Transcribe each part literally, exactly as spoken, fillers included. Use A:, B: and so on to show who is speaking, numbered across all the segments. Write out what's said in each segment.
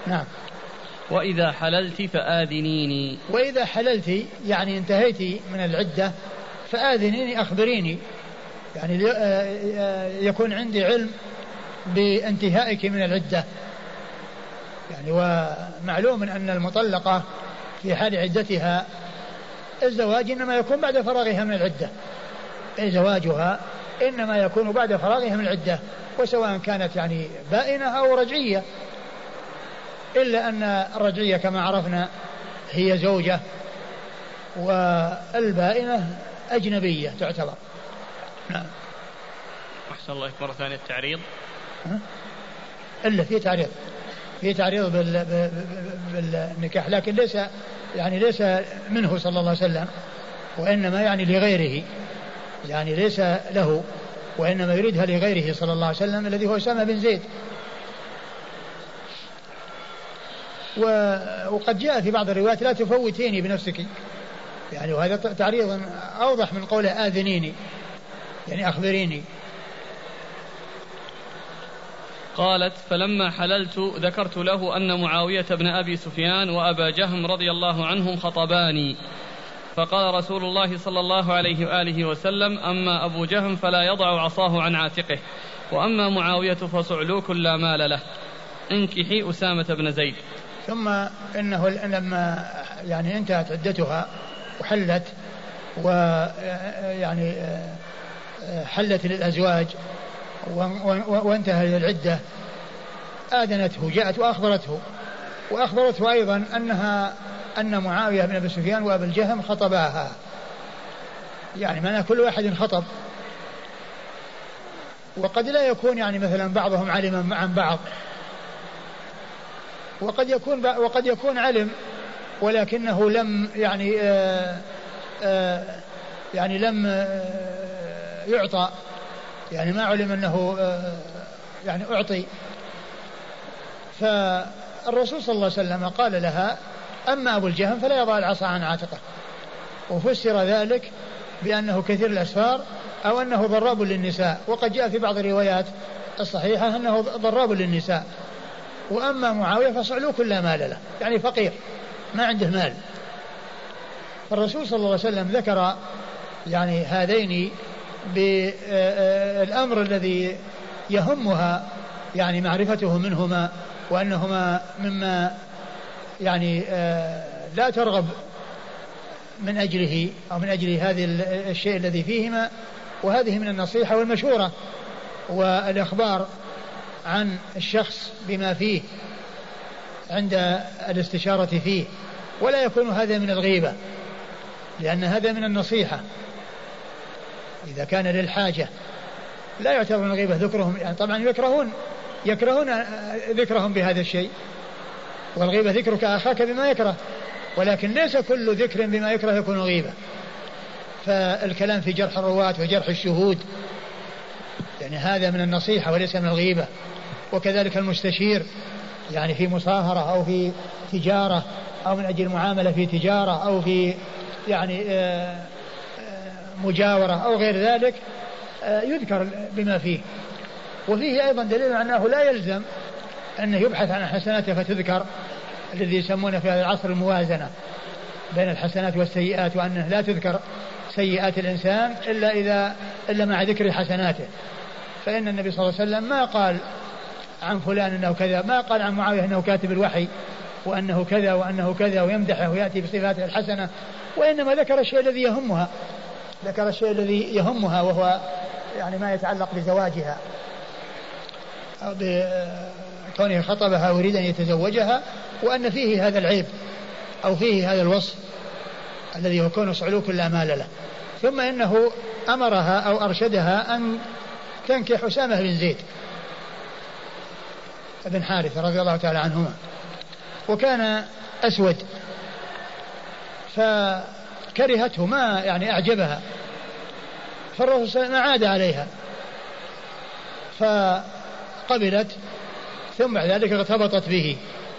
A: نعم.
B: وإذا حللت فآذنيني.
A: وإذا حللت يعني انتهيت من العدة فآذنيني أخبريني، يعني يكون عندي علم بانتهائك من العدة. يعني ومعلوم أن المطلقة في حال عدتها الزواج إنما يكون بعد فراغها من العدة، أي زواجها إنما يكون بعد فراغها من العدة، وسواء كانت يعني بائنة أو رجعية، إلا أن الرجعية كما عرفنا هي زوجة والبائنة أجنبية تعتبر. نعم.
B: أحسن الله مرة ثانية التعريض.
A: إلا في تعريض في تعريض بالنكاح، لكن ليس يعني ليس منه صلى الله عليه وسلم، وإنما يعني لغيره، يعني ليس له وإنما يريدها لغيره صلى الله عليه وسلم الذي هو أسامة بن زيد. وقد جاء في بعض الروايات لا تفوتيني بنفسك، يعني وهذا تعريض أوضح من قوله آذنيني، يعني أخبريني.
B: قالت فلما حللت ذكرت له أن معاوية بن أبي سفيان وأبا جهم رضي الله عنهم خطباني، فقال رسول الله صلى الله عليه وآله وسلم أما أبو جهم فلا يضع عصاه عن عاتقه، وأما معاوية فصعلوك لا مال له، انكحي أسامة بن زيد.
A: ثم إنه لما يعني انتهت عدتها وحلت ويعني حلت للأزواج وانتهى العدة آذنته، جاءت وأخبرته وأخبرته أيضا أنها أن معاوية بن أبي سفيان وأبا الجهم خطباها، يعني معنى كل واحد خطب، وقد لا يكون يعني مثلا بعضهم علم عن بعض، وقد يكون وقد يكون علم ولكنه لم يعني آآ آآ يعني لم يعطى، يعني ما علم أنه يعني أعطي. فالرسول صلى الله عليه وسلم قال لها أما أبو الجهم فلا يضع العصا عن عاتقه، وفسر ذلك بأنه كثير الأسفار أو أنه ضراب للنساء، وقد جاء في بعض الروايات الصحيحة أنه ضراب للنساء. وأما معاوية فصعلوك لا مال له، يعني فقير ما عنده مال. فالرسول صلى الله عليه وسلم ذكر يعني هذين بالأمر الذي يهمها يعني معرفته منهما، وأنهما مما يعني لا ترغب من أجله أو من أجل هذا الشيء الذي فيهما، وهذه من النصيحة والمشورة والإخبار عن الشخص بما فيه عند الاستشارة فيه، ولا يكون هذا من الغيبة، لأن هذا من النصيحة إذا كان للحاجة، لا يعتبر من الغيبة ذكرهم، يعني طبعا يكرهون يكرهون ذكرهم بهذا الشيء، والغيبة ذكرك أخاك بما يكره، ولكن ليس كل ذكر بما يكره يكون غيبة. فالكلام في جرح الرواة وجرح الشهود يعني هذا من النصيحة وليس من الغيبة. وكذلك المستشير يعني في مصاهرة أو في تجارة أو من أجل معاملة في تجارة أو في يعني مجاورة أو غير ذلك يذكر بما فيه. وفيه أيضا دليل أنه لا يلزم أنه يبحث عن حسناته فتذكر، الذي يسمونه في هذا العصر الموازنة بين الحسنات والسيئات، وأنه لا تذكر سيئات الإنسان إلا إذا إلا مع ذكر حسناته. فإن النبي صلى الله عليه وسلم ما قال عن فلان أنه كذا، ما قال عن معاوية أنه كاتب الوحي وأنه كذا وأنه كذا ويمدحه ويأتي بصفاته الحسنة، وإنما ذكر الشيء الذي يهمها ذكر الشيء الذي يهمها وهو يعني ما يتعلق بزواجها أو بكونه خطبها ويريد أن يتزوجها، وأن فيه هذا العيب أو فيه هذا الوصف الذي هو كونه صعلوك لا مال له. ثم إنه أمرها أو أرشدها أن تنكح أسامة بن زيد بن حارثة رضي الله تعالى عنهما، وكان أسود فكرهته ما يعني أعجبها، فالرسول صلى الله عليه وسلم عاد عليها فقبلت، ثم بعد ذلك ارتبطت به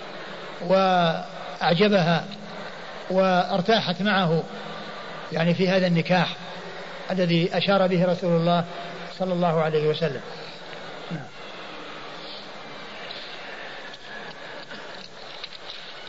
A: وأعجبها وارتاحت معه يعني في هذا النكاح الذي أشار به رسول الله صلى الله عليه وسلم.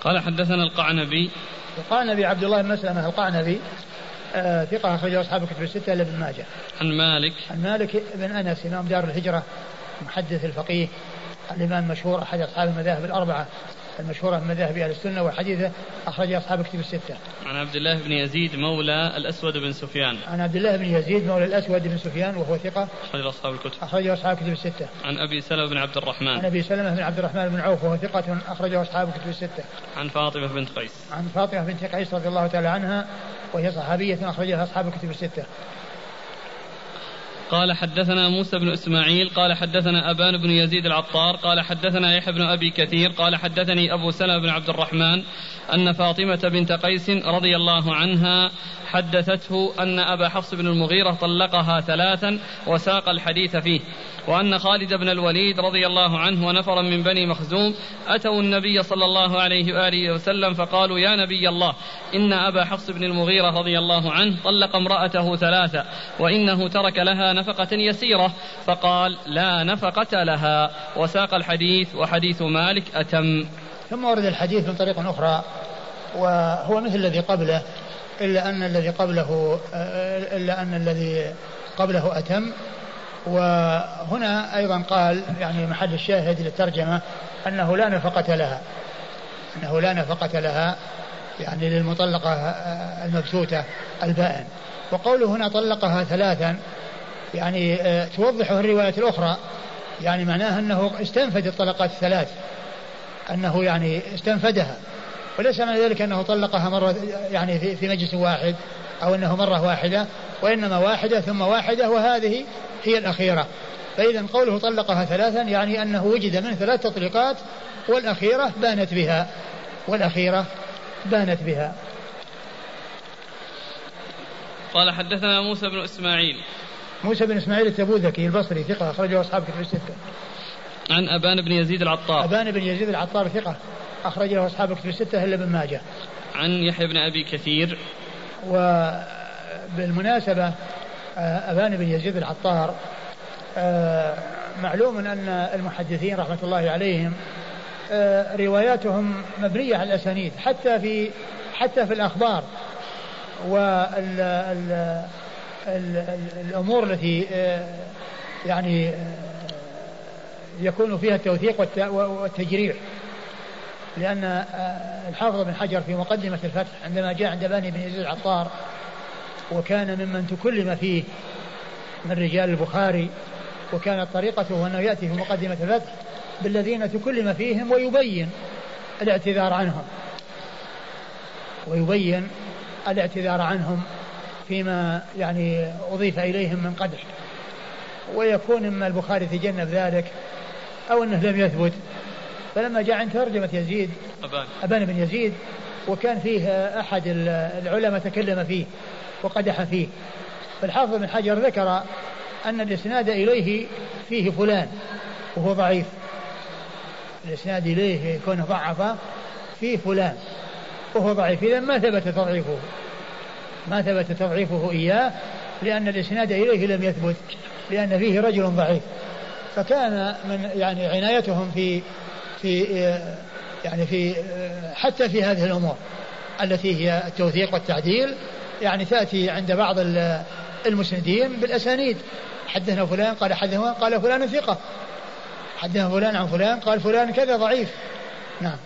B: قال حدثنا القعنبي.
A: القعنبي عبد الله بن مسلمة القعنبي آه ثقة أخرجه أصحاب الكتب الستة إلا ابن ماجه.
B: عن مالك.
A: عن مالك بن أنس إمام دار الهجرة محدث الفقيه الإمام المشهور أحد أصحاب المذاهب الأربعة المشهورة من مذاهب أهل السنة وحديثه أخرج أصحاب الكتب الستة.
B: عن عبد الله بن يزيد مولى الأسود بن سفيان.
A: عن عبد الله بن يزيد مولى الأسود بن سفيان وهو ثقة
B: أخرج أصحاب الكتب.
A: أخرج أصحاب الكتب الستة.
B: عن أبي سلمة بن عبد الرحمن.
A: عن أبي سلمة بن عبد الرحمن بن عوف وهو ثقة أخرجه أصحاب الكتب الستة.
B: عن فاطمة بنت قيس.
A: عن فاطمة بنت قيس رضي الله تعالى عنها وهي صحابية أخرجها أصحاب الكتب الستة.
B: قال حدثنا موسى بن إسماعيل قال حدثنا أبان بن يزيد العطار قال حدثنا يحيى بن أبي كثير قال حدثني أبو سلمة بن عبد الرحمن أن فاطمة بنت قيس رضي الله عنها حدثته أن أبا حفص بن المغيرة طلقها ثلاثا وساق الحديث فيه، وأن خالد بن الوليد رضي الله عنه ونفرا من بني مخزوم أتوا النبي صلى الله عليه وآله وسلم فقالوا يا نبي الله إن أبا حفص بن المغيرة رضي الله عنه طلق امرأته ثلاثا وإنه ترك لها نفقة يسيرة، فقال لا نفقة لها، وساق الحديث وحديث مالك أتم.
A: ثم ورد الحديث من طريق أخرى وهو مثل الذي قبله إلا أن الذي قبله إلا أن الذي قبله أتم. وهنا أيضا قال يعني محل الشاهد للترجمة أنه لا نفقة لها أنه لا نفقة لها يعني للمطلقة المبسوطة البائن. وقوله هنا طلقها ثلاثا يعني توضحه الرواية الأخرى، يعني معناها أنه استنفد الطلقات الثلاث، أنه يعني استنفدها، وليس معنى ذلك أنه طلقها مرة يعني في, في مجلس واحد أو أنه مرة واحدة، وإنما واحدة ثم واحدة وهذه هي الأخيرة. فإذا قوله طلقها ثلاثا يعني أنه وجد من ثلاث تطليقات والأخيرة بانت بها والأخيرة بانت بها.
B: قال حدثنا موسى بن إسماعيل.
A: موسى بن إسماعيل التبوذكي البصري ثقة أخرجه أصحاب كتب الستة.
B: عن أبان بن يزيد العطار.
A: أبان بن يزيد العطار ثقة أخرجه أصحاب كتب الستة إلا ابن ماجه.
B: عن يحيى بن أبي كثير.
A: وبالمناسبة أبان بن يزيد العطار معلوم أن المحدثين رحمة الله عليهم رواياتهم مبنية على الأسانيد حتى في حتى في الأخبار والأمور التي يعني يكون فيها التوثيق والتجريح. لأن الحافظ بن حجر في مقدمة الفتح عندما جاء عند بني بن يزيد العطار وكان ممن تكلم فيه من رجال البخاري، وكانت طريقته أنه يأتي في مقدمة الفتح بالذين تكلم فيهم ويبين الاعتذار عنهم ويبين الاعتذار عنهم فيما يعني أضيف إليهم من قدح، ويكون إما البخاري تجنب ذلك أو أنه لم يثبت. فلما جاء عند ترجمة يزيد
B: أبان,
A: أبان بن يزيد وكان فيه أحد العلماء تكلم فيه وقدح فيه، فالحافظ بن حجر ذكر أن الإسناد إليه فيه فلان وهو ضعيف، الإسناد إليه يكون ضعف فيه فلان وهو ضعيف، إذن ما ثبت تضعيفه ما ثبت تضعيفه إياه لأن الإسناد إليه لم يثبت لأن فيه رجل ضعيف. فكان من يعني عنايتهم في في يعني في حتى في هذه الأمور التي هي التوثيق والتعديل، يعني تأتي عند بعض المسندين بالأسانيد، حدثنا فلان قال حدثنا قال فلان ثقة، حدثنا فلان عن فلان قال فلان كذا ضعيف. نعم.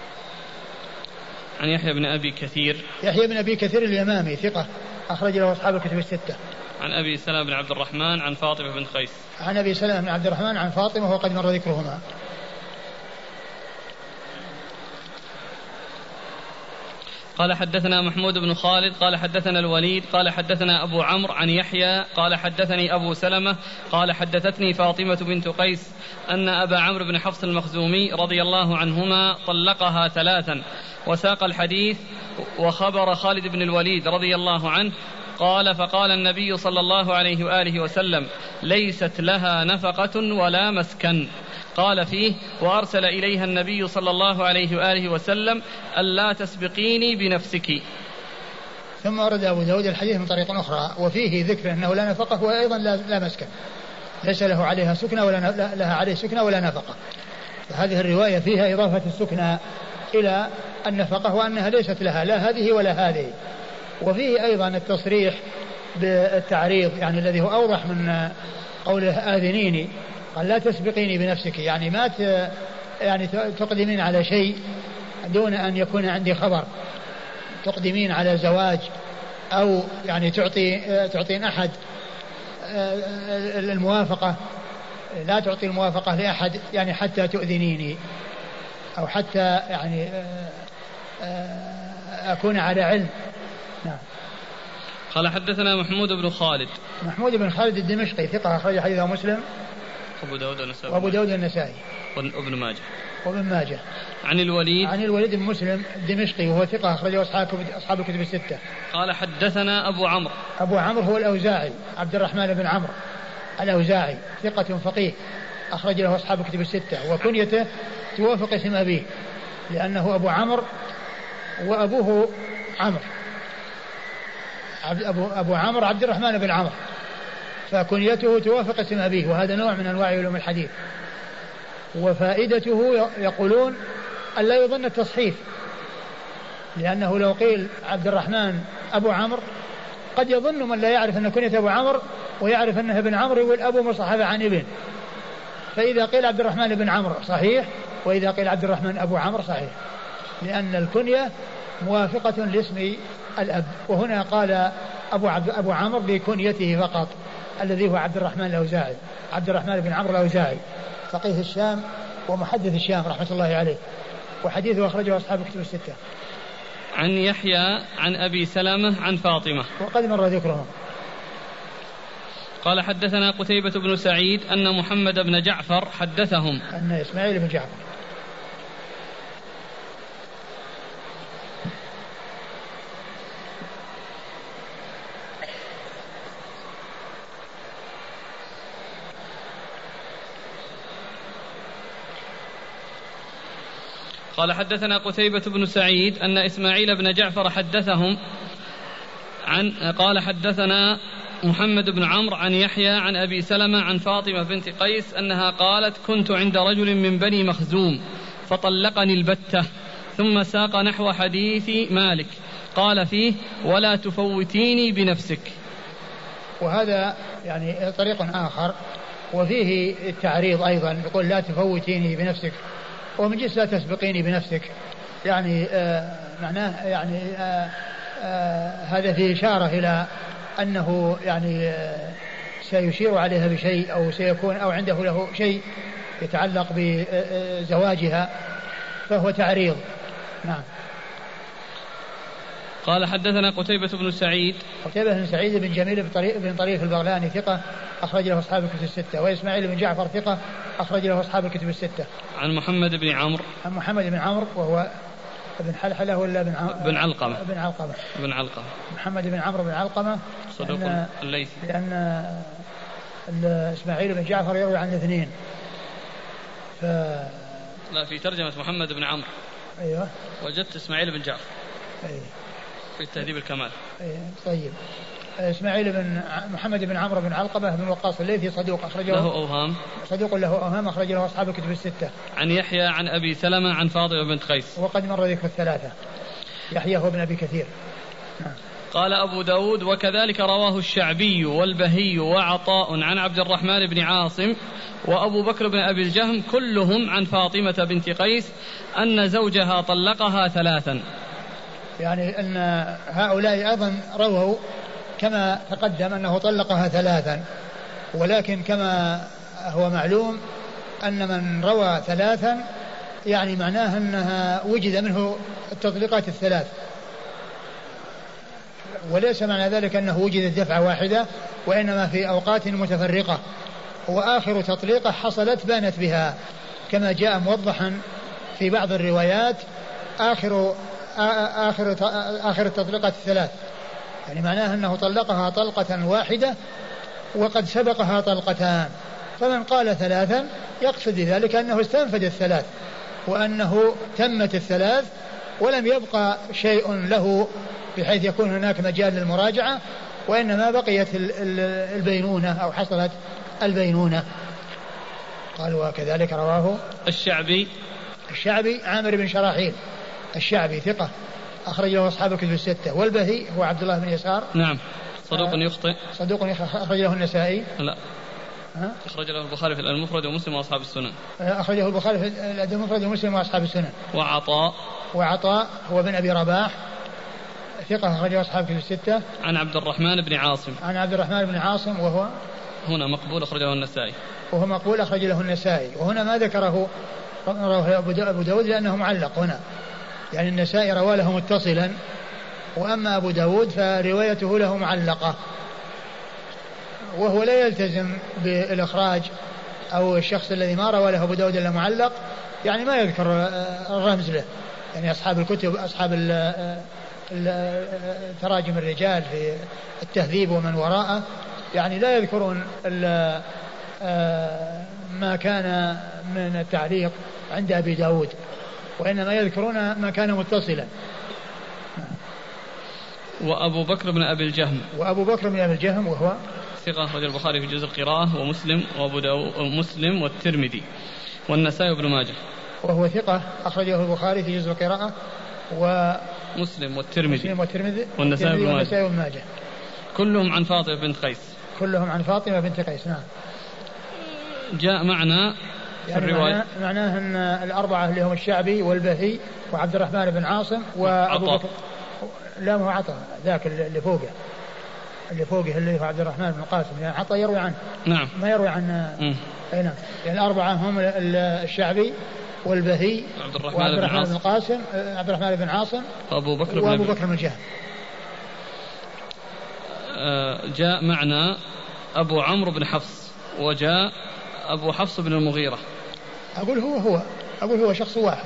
B: عن يحيى بن أبي كثير.
A: يحيى بن أبي كثير اليمامي ثقة أخرج له أصحاب الكتب الستة.
B: عن أبي سلمة بن عبد الرحمن عن فاطمة بنت قيس.
A: عن أبي سلمة بن عبد الرحمن عن فاطمة وقد مر ذكرهما.
B: قال حدثنا محمود بن خالد قال حدثنا الوليد قال حدثنا أبو عمرو عن يحيى قال حدثني أبو سلمة قال حدثتني فاطمة بنت قيس أن أبا عمرو بن حفص المخزومي رضي الله عنهما طلقها ثلاثا، وساق الحديث وخبر خالد بن الوليد رضي الله عنه قال فقال النبي صلى الله عليه وآله وسلم ليست لها نفقة ولا مسكن. قال فيه وأرسل إليها النبي صلى الله عليه وآله وسلم ألا تسبقيني بنفسك.
A: ثم ورد أبو داود الحديث من طريق أخرى وفيه ذكر أنه لا نفقة وأيضا لا مسكن، ليس له عليها سكنة ولا لها عليه سكنة ولا نفقة. فهذه الرواية فيها إضافة السكنة إلى النفقة وأنها ليست لها لا هذه ولا هذه. وفيه أيضا التصريح بالتعريض يعني الذي هو أوضح من قوله آذنيني، قال لا تسبقيني بنفسك، يعني ما يعني تقدمين على شيء دون أن يكون عندي خبر، تقدمين على زواج أو يعني تعطي تعطين أحد الموافقة، لا تعطي الموافقة لأحد يعني حتى تؤذنيني أو حتى يعني أكون على علم. نعم.
B: قال حدثنا محمود بن خالد.
A: محمود بن خالد الدمشقي ثقة أخرج حديثه مسلم
B: وأبو داود النسائي
A: وأبو داود النسائي
B: وابن ماجه
A: وابن ماجه.
B: عن الوليد
A: عن الوليد بن مسلم الدمشقي وهو ثقة أخرجه أصحاب أصحاب الكتب الستة.
B: قال حدثنا أبو عمرو.
A: أبو عمرو هو الأوزاعي عبد الرحمن بن عمرو الأوزاعي ثقة فقيه أخرج له أصحاب الكتب الستة، وكنيته توافق اسم أبيه لأنه أبو عمرو وأبوه عمرو، أبو, أبو عمرو عبد الرحمن بن عمرو، فكنيته توافق اسم أبيه، وهذا نوع من أنواع علوم الحديث. وفائدته يقولون أن لا يظن التصحيف، لأنه لو قيل عبد الرحمن أبو عمرو قد يظن من لا يعرف أن كنية أبو عمرو ويعرف أنه ابن عمرو يقول أبو مصحف عن ابن، فإذا قيل عبد الرحمن بن عمرو صحيح، وإذا قيل عبد الرحمن أبو عمرو صحيح، لأن الكنية موافقة لاسم الأب. وهنا قال أبو, عبد أبو عمرو بكنيته فقط الذي هو عبد الرحمن الأوزاعي، عبد الرحمن بن عمرو الأوزاعي فقيه الشام ومحدث الشام رحمة الله عليه، وحديثه أخرجه أصحاب الكتب الستة.
B: عن يحيى عن أبي سلمة عن فاطمة
A: وقد مر ذكرهم.
B: قال حدثنا قتيبة بن سعيد أن محمد بن جعفر حدثهم
A: أن إسماعيل بن جعفر
B: قال حدثنا قتيبة بن سعيد أن إسماعيل بن جعفر حدثهم عن قال حدثنا محمد بن عمرو عن يحيى عن أبي سلمة عن فاطمة بنت قيس أنها قالت كنت عند رجل من بني مخزوم فطلقني البتة، ثم ساق نحو حديث مالك قال فيه ولا تفوتيني بنفسك.
A: وهذا يعني طريق آخر وفيه التعريض أيضا، يقول لا تفوتيني بنفسك، ومن جنس لا تسبقيني بنفسك، يعني آه معناه يعني آه آه هذا فيه إشارة إلى أنه يعني آه سيشير عليها بشيء أو سيكون أو عنده له شيء يتعلق بزواجها، فهو تعريض. نعم.
B: قال حدثنا قتيبة بن سعيد.
A: قتيبة بن سعيد بن جميل بن طريف, بن طريف البغلاني ثقة أخرج له أصحاب الكتب الستة، وإسماعيل بن جعفر ثقة أخرج له أصحاب الكتب الستة.
B: عن محمد بن عمرو.
A: عن محمد بن عمرو وهو ابن حلحلة ولا بن
B: عم... بن علقمة.
A: بن علقمة.
B: بن علقمة.
A: محمد بن عمرو بن علقمة
B: صدوق الليثي.
A: لأن إسماعيل بن جعفر يروي عن الاثنين. ف...
B: لا في ترجمة محمد بن عمرو.
A: أيوه.
B: وجدت إسماعيل بن جعفر.
A: أيوه.
B: في تهذيب الكمال.
A: أيوه. طيب. إسماعيل بن محمد بن عمرو بن علقمة بن وقاص الليثي صدوق أخرجه
B: له أوهام.
A: صدوق له أوهام أخرج له أصحاب الكتب الستة.
B: عن يحيى عن أبي سلمة عن فاطمة بنت قيس.
A: وقد مر ذكر الثلاثة. يحيى هو ابن أبي كثير. نعم.
B: قال أبو داود وكذلك رواه الشعبي والبهي وعطاء عن عبد الرحمن بن عاصم وأبو بكر بن أبي الجهم كلهم عن فاطمة بنت قيس أن زوجها طلقها ثلاثا.
A: يعني أن هؤلاء أيضا رووا كما تقدم أنه طلقها ثلاثا، ولكن كما هو معلوم أن من روى ثلاثا يعني معناه أنها وجد منه التطليقات الثلاث، وليس معنى ذلك أنه وجدت دفعة واحدة، وإنما في أوقات متفرقة، وآخر تطليقة حصلت بانت بها كما جاء موضحا في بعض الروايات آخر آخر آخر التطليقات الثلاث، يعني معناه أنه طلقها طلقة واحدة وقد سبقها طلقتان، فمن قال ثلاثا يقصد ذلك أنه استنفد الثلاث وأنه تمت الثلاث ولم يبقى شيء له بحيث يكون هناك مجال للمراجعة، وإنما بقيت البينونة أو حصلت البينونة. قال وكذلك رواه
B: الشعبي.
A: الشعبي عامر بن شراحيل الشعبي ثقة أخرج له أصحاب الكتب الستة. والبهي هو عبد الله بن يسار
B: نعم صدوق يخطئ
A: صدوق أخرج له النسائي
B: لا
A: ها؟
B: أخرج له البخاري في المفرد ومسلم وأصحاب السنن.
A: أخرجه البخاري في المفرد ومسلم وأصحاب السنن.
B: وعطاء
A: وعطاء هو بن أبي رباح ثقة أخرجه أصحاب الكتب الستة.
B: عن عبد الرحمن بن عاصم
A: عن عبد الرحمن بن عاصم وهو
B: هنا مقبول أخرجه النسائي
A: وهو مقبول أخرج له النسائي. وهنا ما ذكره أبو داود لأنه معلق هنا، يعني النسائي رواه له متصلا، وأما أبو داود فروايته له معلقة، وهو لا يلتزم بالإخراج، أو الشخص الذي ما روى له أبو داود إلا معلق يعني ما يذكر الرمز له. يعني أصحاب الكتب أصحاب تراجم الرجال في التهذيب ومن وراءه يعني لا يذكرون ما كان من التعليق عند أبي داود، وإنما يذكرون ما كان متصلا.
B: وأبو بكر بن أبي الجهم
A: وأبو بكر بن أبي الجهم وهو
B: ثقة أخرج البخاري في جزء القراءة ومسلم وأبو داود ومسلم والترمذي والنسائي وابن ماجه.
A: وهو ثقة أخرجه البخاري في جزء القراءة
B: ومسلم والترمذي
A: والترمذي
B: والنسائي
A: وابن ماجه
B: كلهم عن فاطمة بنت قيس.
A: كلهم عن فاطمة بنت قيس. نعم.
B: جاء معنا
A: يعني الرواية معناه أن الأربعة اللي هم الشعبي والبهي وعبد الرحمن بن عاصم وأبو بكر. لا ما هو عطا ذاك اللي فوقه اللي فوقه اللي هو عبد الرحمن بن القاسم، يعني عطا يروي عنه.
B: نعم.
A: ما يروي عن أي نعم. يعني الأربعة هم الشعبي والبهي
B: عبد الرحمن,
A: وعبد الرحمن بن القاسم عبد الرحمن بن عاصم
B: وأبو بكر
A: وأبو بكر بن الجهم.
B: جاء معنا أبو عمرو بن حفص وجاء أبو حفص بن المغيرة.
A: أقول هو هو أقول هو شخص واحد.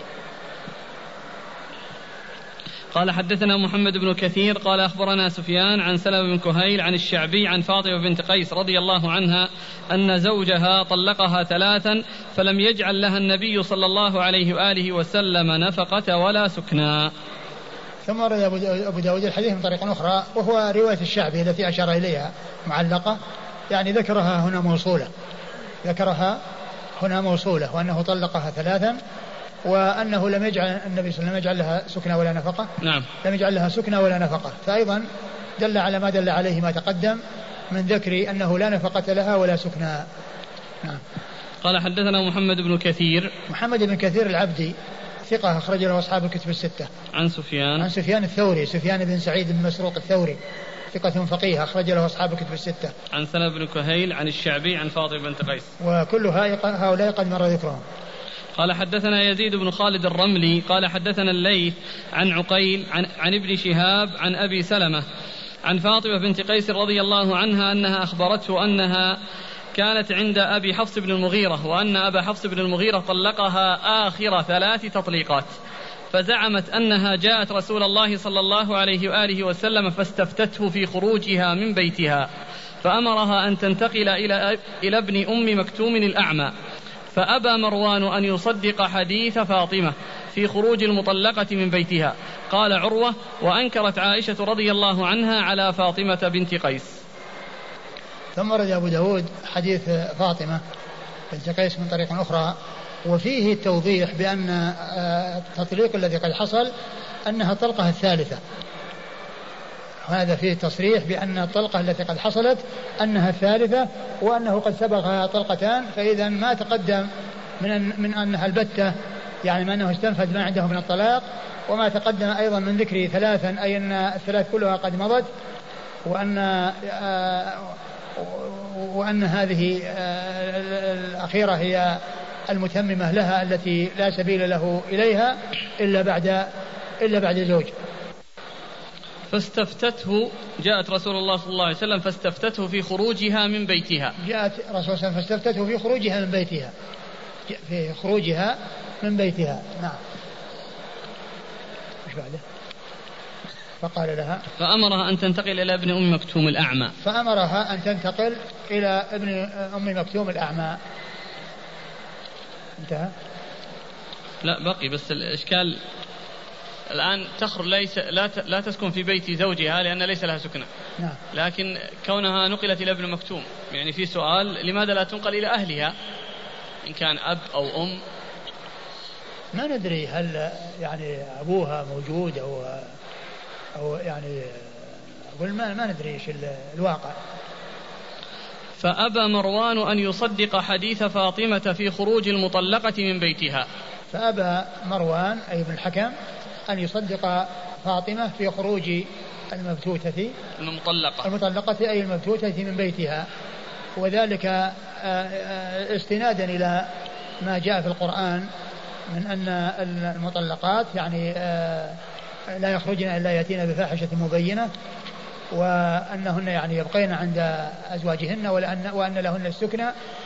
B: قال حدثنا محمد بن كثير قال أخبرنا سفيان عن سلمة بن كهيل عن الشعبي عن فاطمة بنت قيس رضي الله عنها أن زوجها طلقها ثلاثا فلم يجعل لها النبي صلى الله عليه وآله وسلم نفقة ولا سكنا.
A: ثم ورد أبو داود الحديث من طريق أخرى وهو رواية الشعبي التي أشار إليها معلقة، يعني ذكرها هنا موصولة ذكرها هنا موصولة وأنه طلقها ثلاثا وأنه لم يجعل النبي صلى الله عليه وسلم يجعل لها سكنة ولا نفقة.
B: نعم.
A: لم يجعل لها سكنة ولا نفقة، فأيضا دل على ما دل عليه ما تقدم من ذكر أنه لا نفقة لها ولا سكنة. نعم.
B: قال حدثنا محمد بن كثير
A: محمد بن كثير العبدي ثقة أخرج له أصحاب الكتب الستة.
B: عن سفيان
A: عن سفيان الثوري سفيان بن سعيد بن مسروق الثوري ثقة فقيه أخرج له أصحاب الكتب الستة.
B: عن سلمة بن كهيل عن الشعبي عن فاطمة بنت قيس
A: وكل هؤلاء قد مر ذكرهم.
B: قال حدثنا يزيد بن خالد الرملي قال حدثنا الليث عن عقيل عن, عن ابن شهاب عن أبي سلمة عن فاطمة بنت قيس رضي الله عنها أنها أخبرته أنها كانت عند أبي حفص بن المغيرة وأن أبا حفص بن المغيرة طلقها آخر ثلاث تطليقات، فزعمت أنها جاءت رسول الله صلى الله عليه وآله وسلم فاستفتته في خروجها من بيتها فأمرها أن تنتقل إلى, إلى ابن أم مكتوم الأعمى، فأبى مروان أن يصدق حديث فاطمة في خروج المطلقة من بيتها. قال عروة وأنكرت عائشة رضي الله عنها على فاطمة بنت قيس.
A: ثم رد أبو داود حديث فاطمة بنت قيس من طريق أخرى وفيه التوضيح بأن التطليق الذي قد حصل أنها الطلقة الثالثة، هذا فيه تصريح بأن الطلقة التي قد حصلت أنها الثالثة وأنه قد سبقها طلقتان، فإذا ما تقدم من من أنها البتة يعني ما أنه استنفذ ما عنده من الطلاق، وما تقدم أيضا من ذكر ثلاثا أي أن الثلاث كلها قد مضت، وأن وأن هذه الأخيرة هي المتممة لها التي لا سبيل له إليها إلا بعد إلا بعد زوج.
B: فاستفتته جاءت رسول الله صلى الله عليه وسلم فاستفتته في خروجها من بيتها.
A: جاءت رسول الله صلى الله عليه وسلم فاستفتته في خروجها من بيتها في خروجها من بيتها. نعم. ايش بعده؟ فقال لها
B: فأمرها أن تنتقل إلى ابن أم مكتوم الأعمى.
A: فأمرها أن تنتقل إلى ابن أم مكتوم الأعمى. انتهى؟
B: لا بقي بس الإشكال الآن تخرج ليس لا لا تسكن في بيت زوجها لأن ليس لها سكنة.
A: نعم.
B: لكن كونها نقلت إلى ابن مكتوم يعني في سؤال لماذا لا تنقل إلى أهلها إن كان أب أو أم؟
A: ما ندري هل يعني أبوها موجود أو أو يعني أقول ما ما ندري إيش الواقع.
B: فأبى مروان أن يصدق حديث فاطمة في خروج المطلقة من بيتها.
A: فأبى مروان أي ابن الحكم أن يصدق فاطمة في خروج المبتوتة
B: المطلقة
A: المطلقة أي المبتوتة من بيتها، وذلك استنادا إلى ما جاء في القرآن من أن المطلقات يعني لا يخرجن إلا يأتين بفاحشة مبينة، وأنهن يعني يبقين عند أزواجهن وأن, وأن لهن السكنى.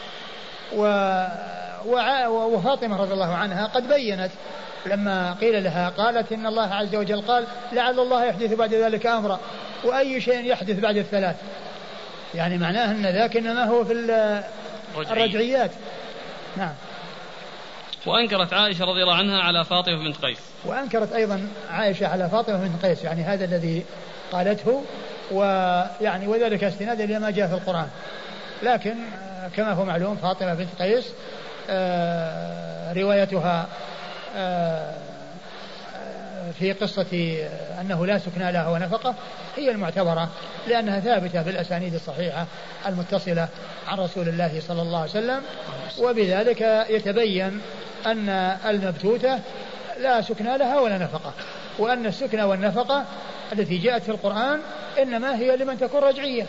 A: وفاطمة رضي الله عنها قد بينت لما قيل لها قالت إن الله عز وجل قال لعل الله يحدث بعد ذلك أمرا وأي شيء يحدث بعد الثلاث، يعني معناه أن ذاك إنما هو في الرجعيات. نعم.
B: وأنكرت عائشة رضي الله عنها على فاطمة بنت قيس.
A: وأنكرت أيضا عائشة على فاطمة بنت قيس يعني هذا الذي قالته، ويعني وذلك استنادا إلى ما جاء في القرآن. لكن كما هو معلوم فاطمة بنت قيس روايتها في قصة أنه لا سكنى لها ونفقة هي المعتبرة، لأنها ثابتة بالأسانيد الصحيحة المتصلة عن رسول الله صلى الله عليه وسلم، وبذلك يتبين أن المبتوتة لا سكنى لها ولا نفقة، وأن السكنى والنفقة التي جاءت في القرآن إنما هي لمن تكون رجعية.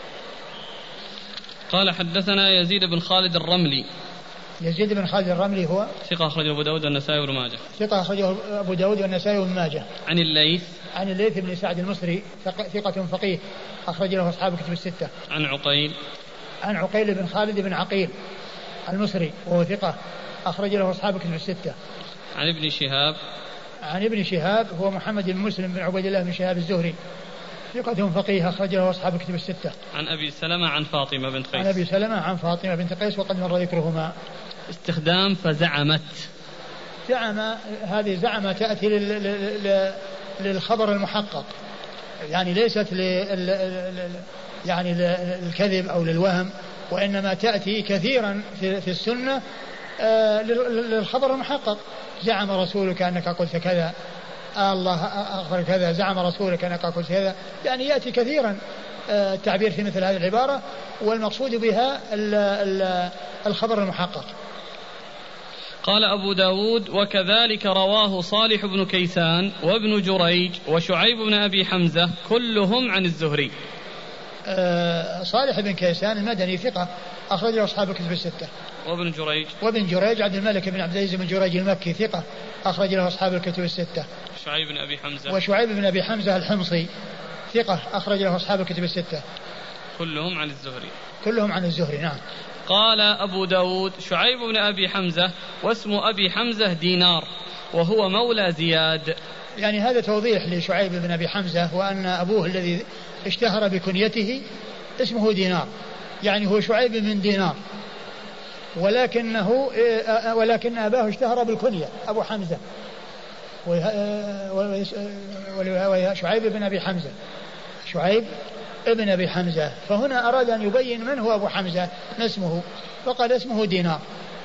B: قال حدثنا يزيد بن خالد الرملي.
A: يزيد بن خالد الرملي هو
B: ثقة أخرجه أبو داود والنسائي وابن ماجه.
A: ثقة أخرجه أبو داود والنسائي وابن ماجه.
B: عن الليث.
A: عن الليث بن سعد المصري ثقة فقيه أخرج له أصحاب الكتب الستة.
B: عن عقيل.
A: عن عقيل بن خالد بن عقيل المصري وهو ثقة أخرج له أصحاب الكتب الستة.
B: عن ابن شهاب.
A: عن ابن شهاب هو محمد بن مسلم بن عبيد الله بن شهاب الزهري ثقة فقيه أخرج له أصحاب الكتب الستة.
B: عن أبي سلمة عن فاطمة بنت قيس.
A: عن أبي سلمة عن فاطمة بنت قيس وقد مر ذكرهما.
B: استخدام فزعمت.
A: زعم هذه زعم تأتي لل... للخبر المحقق، يعني ليست لل... يعني للكذب أو للوهم، وإنما تأتي كثيرا في, في السنة آه للخبر المحقق. زعم رسولك أنك قلت كذا، آه الله أخبر كذا، زعم رسولك أنك قلت كذا، يعني يأتي كثيرا آه التعبير في مثل هذه العبارة، والمقصود بها ال... ال... الخبر المحقق.
B: قال أبو داود وكذلك رواه صالح بن كيسان وابن جريج وشعيب بن أبي حمزة كلهم عن الزهري.
A: آه صالح بن كيسان المدني ثقة أخرج له أصحاب الكتب الستة.
B: وابن جريج.
A: وابن جريج عبد الملك بن عبد العزيز بن جريج المكي ثقة أخرج له أصحاب الكتب الستة.
B: شعيب بن أبي حمزة.
A: وشعيب بن أبي حمزة الحمصي ثقة أخرج له أصحاب الكتب الستة.
B: كلهم عن الزهري.
A: كلهم عن الزهري. نعم.
B: قال أبو داود شعيب بن أبي حمزة واسم أبي حمزة دينار وهو مولى زياد.
A: يعني هذا توضيح لشعيب بن أبي حمزة، وأن أبوه الذي اشتهر بكنيته اسمه دينار، يعني هو شعيب من دينار، ولكنه ولكن أباه اشتهر بالكنية أبو حمزة، وهو شعيب بن أبي حمزة شعيب ابن أبي حمزة. فهنا أراد أن يبين من هو أبو حمزة ما اسمه، فقال اسمه دينار.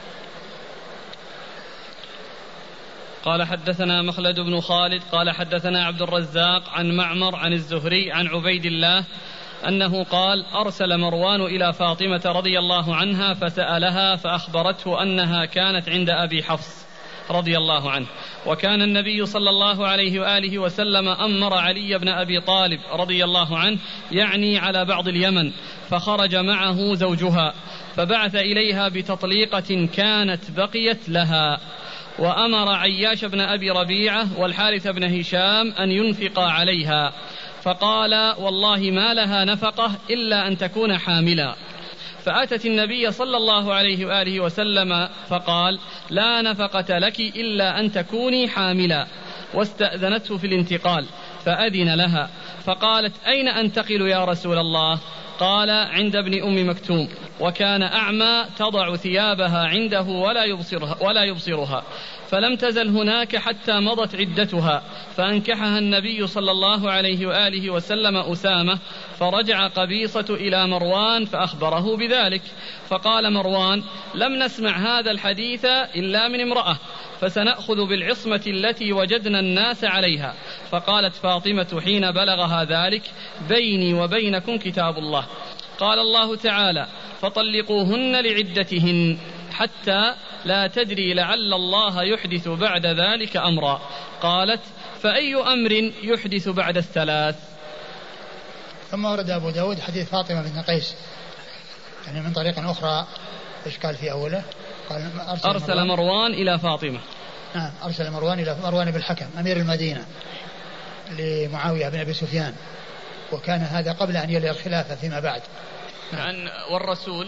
B: قال حدثنا مخلد بن خالد قال حدثنا عبد الرزاق عن معمر عن الزهري عن عبيد الله أنه قال أرسل مروان إلى فاطمة رضي الله عنها فسألها فأخبرته أنها كانت عند أبي حفص رضي الله عنه، وكان النبي صلى الله عليه وآله وسلم أمر علي بن أبي طالب رضي الله عنه يعني على بعض اليمن، فخرج معه زوجها فبعث إليها بتطليقة كانت بقيت لها، وأمر عياش بن أبي ربيعة والحارث بن هشام أن ينفقا عليها، فقال والله ما لها نفقة إلا أن تكون حاملا. فأتت النبي صلى الله عليه وآله وسلم فقال لا نفقة لك إلا أن تكوني حاملا، واستأذنته في الانتقال فأذن لها، فقالت أين أنتقل يا رسول الله؟ قال عند ابن أم مكتوم. وكان أعمى تضع ثيابها عنده ولا يبصرها, ولا يبصرها فلم تزل هناك حتى مضت عدتها فأنكحها النبي صلى الله عليه وآله وسلم أسامة فرجع قبيصة إلى مروان فأخبره بذلك فقال مروان لم نسمع هذا الحديث إلا من امرأة فسنأخذ بالعصمة التي وجدنا الناس عليها. فقالت فاطمة حين بلغها ذلك بيني وبينكم كتاب الله. قال الله تعالى فطلقوهن لعدتهن حتى لا تدري لعل الله يحدث بعد ذلك أمرا. قالت فأي أمر يحدث بعد الثلاث.
A: ثم ورد أبو داود حديث فاطمة بن قيس يعني من طريق أخرى. إيش قال في أوله؟ قال
B: أرسل, أرسل مروان, مروان إلى فاطمة.
A: نعم أرسل مروان إلى مروان بن الحكم أمير المدينة لمعاوية بن أبي سفيان وكان هذا قبل أن يلي الخلافة فيما بعد.
B: نعم. والرسول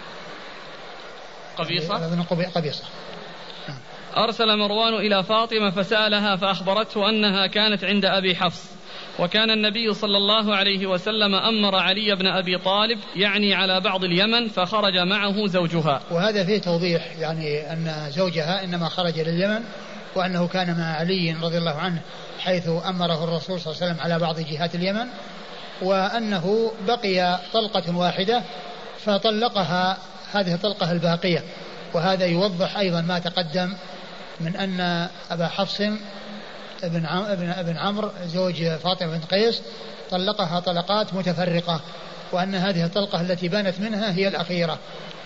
B: قبيصة
A: قبيصة.
B: نعم. أرسل مروان إلى فاطمة فسألها فأخبرته أنها كانت عند أبي حفص وكان النبي صلى الله عليه وسلم أمر علي بن أبي طالب يعني على بعض اليمن فخرج معه زوجها.
A: وهذا فيه توضيح يعني أن زوجها إنما خرج لليمن وأنه كان مع علي رضي الله عنه حيث أمره الرسول صلى الله عليه وسلم على بعض جهات اليمن وأنه بقي طلقة واحدة فطلقها هذه الطلقة الباقية. وهذا يوضح أيضا ما تقدم من أن أبا حفص ابن ابن ابن عمرو زوج فاطمة بن قيس طلقها طلقات متفرقة وأن هذه الطلقة التي بانت منها هي الأخيرة.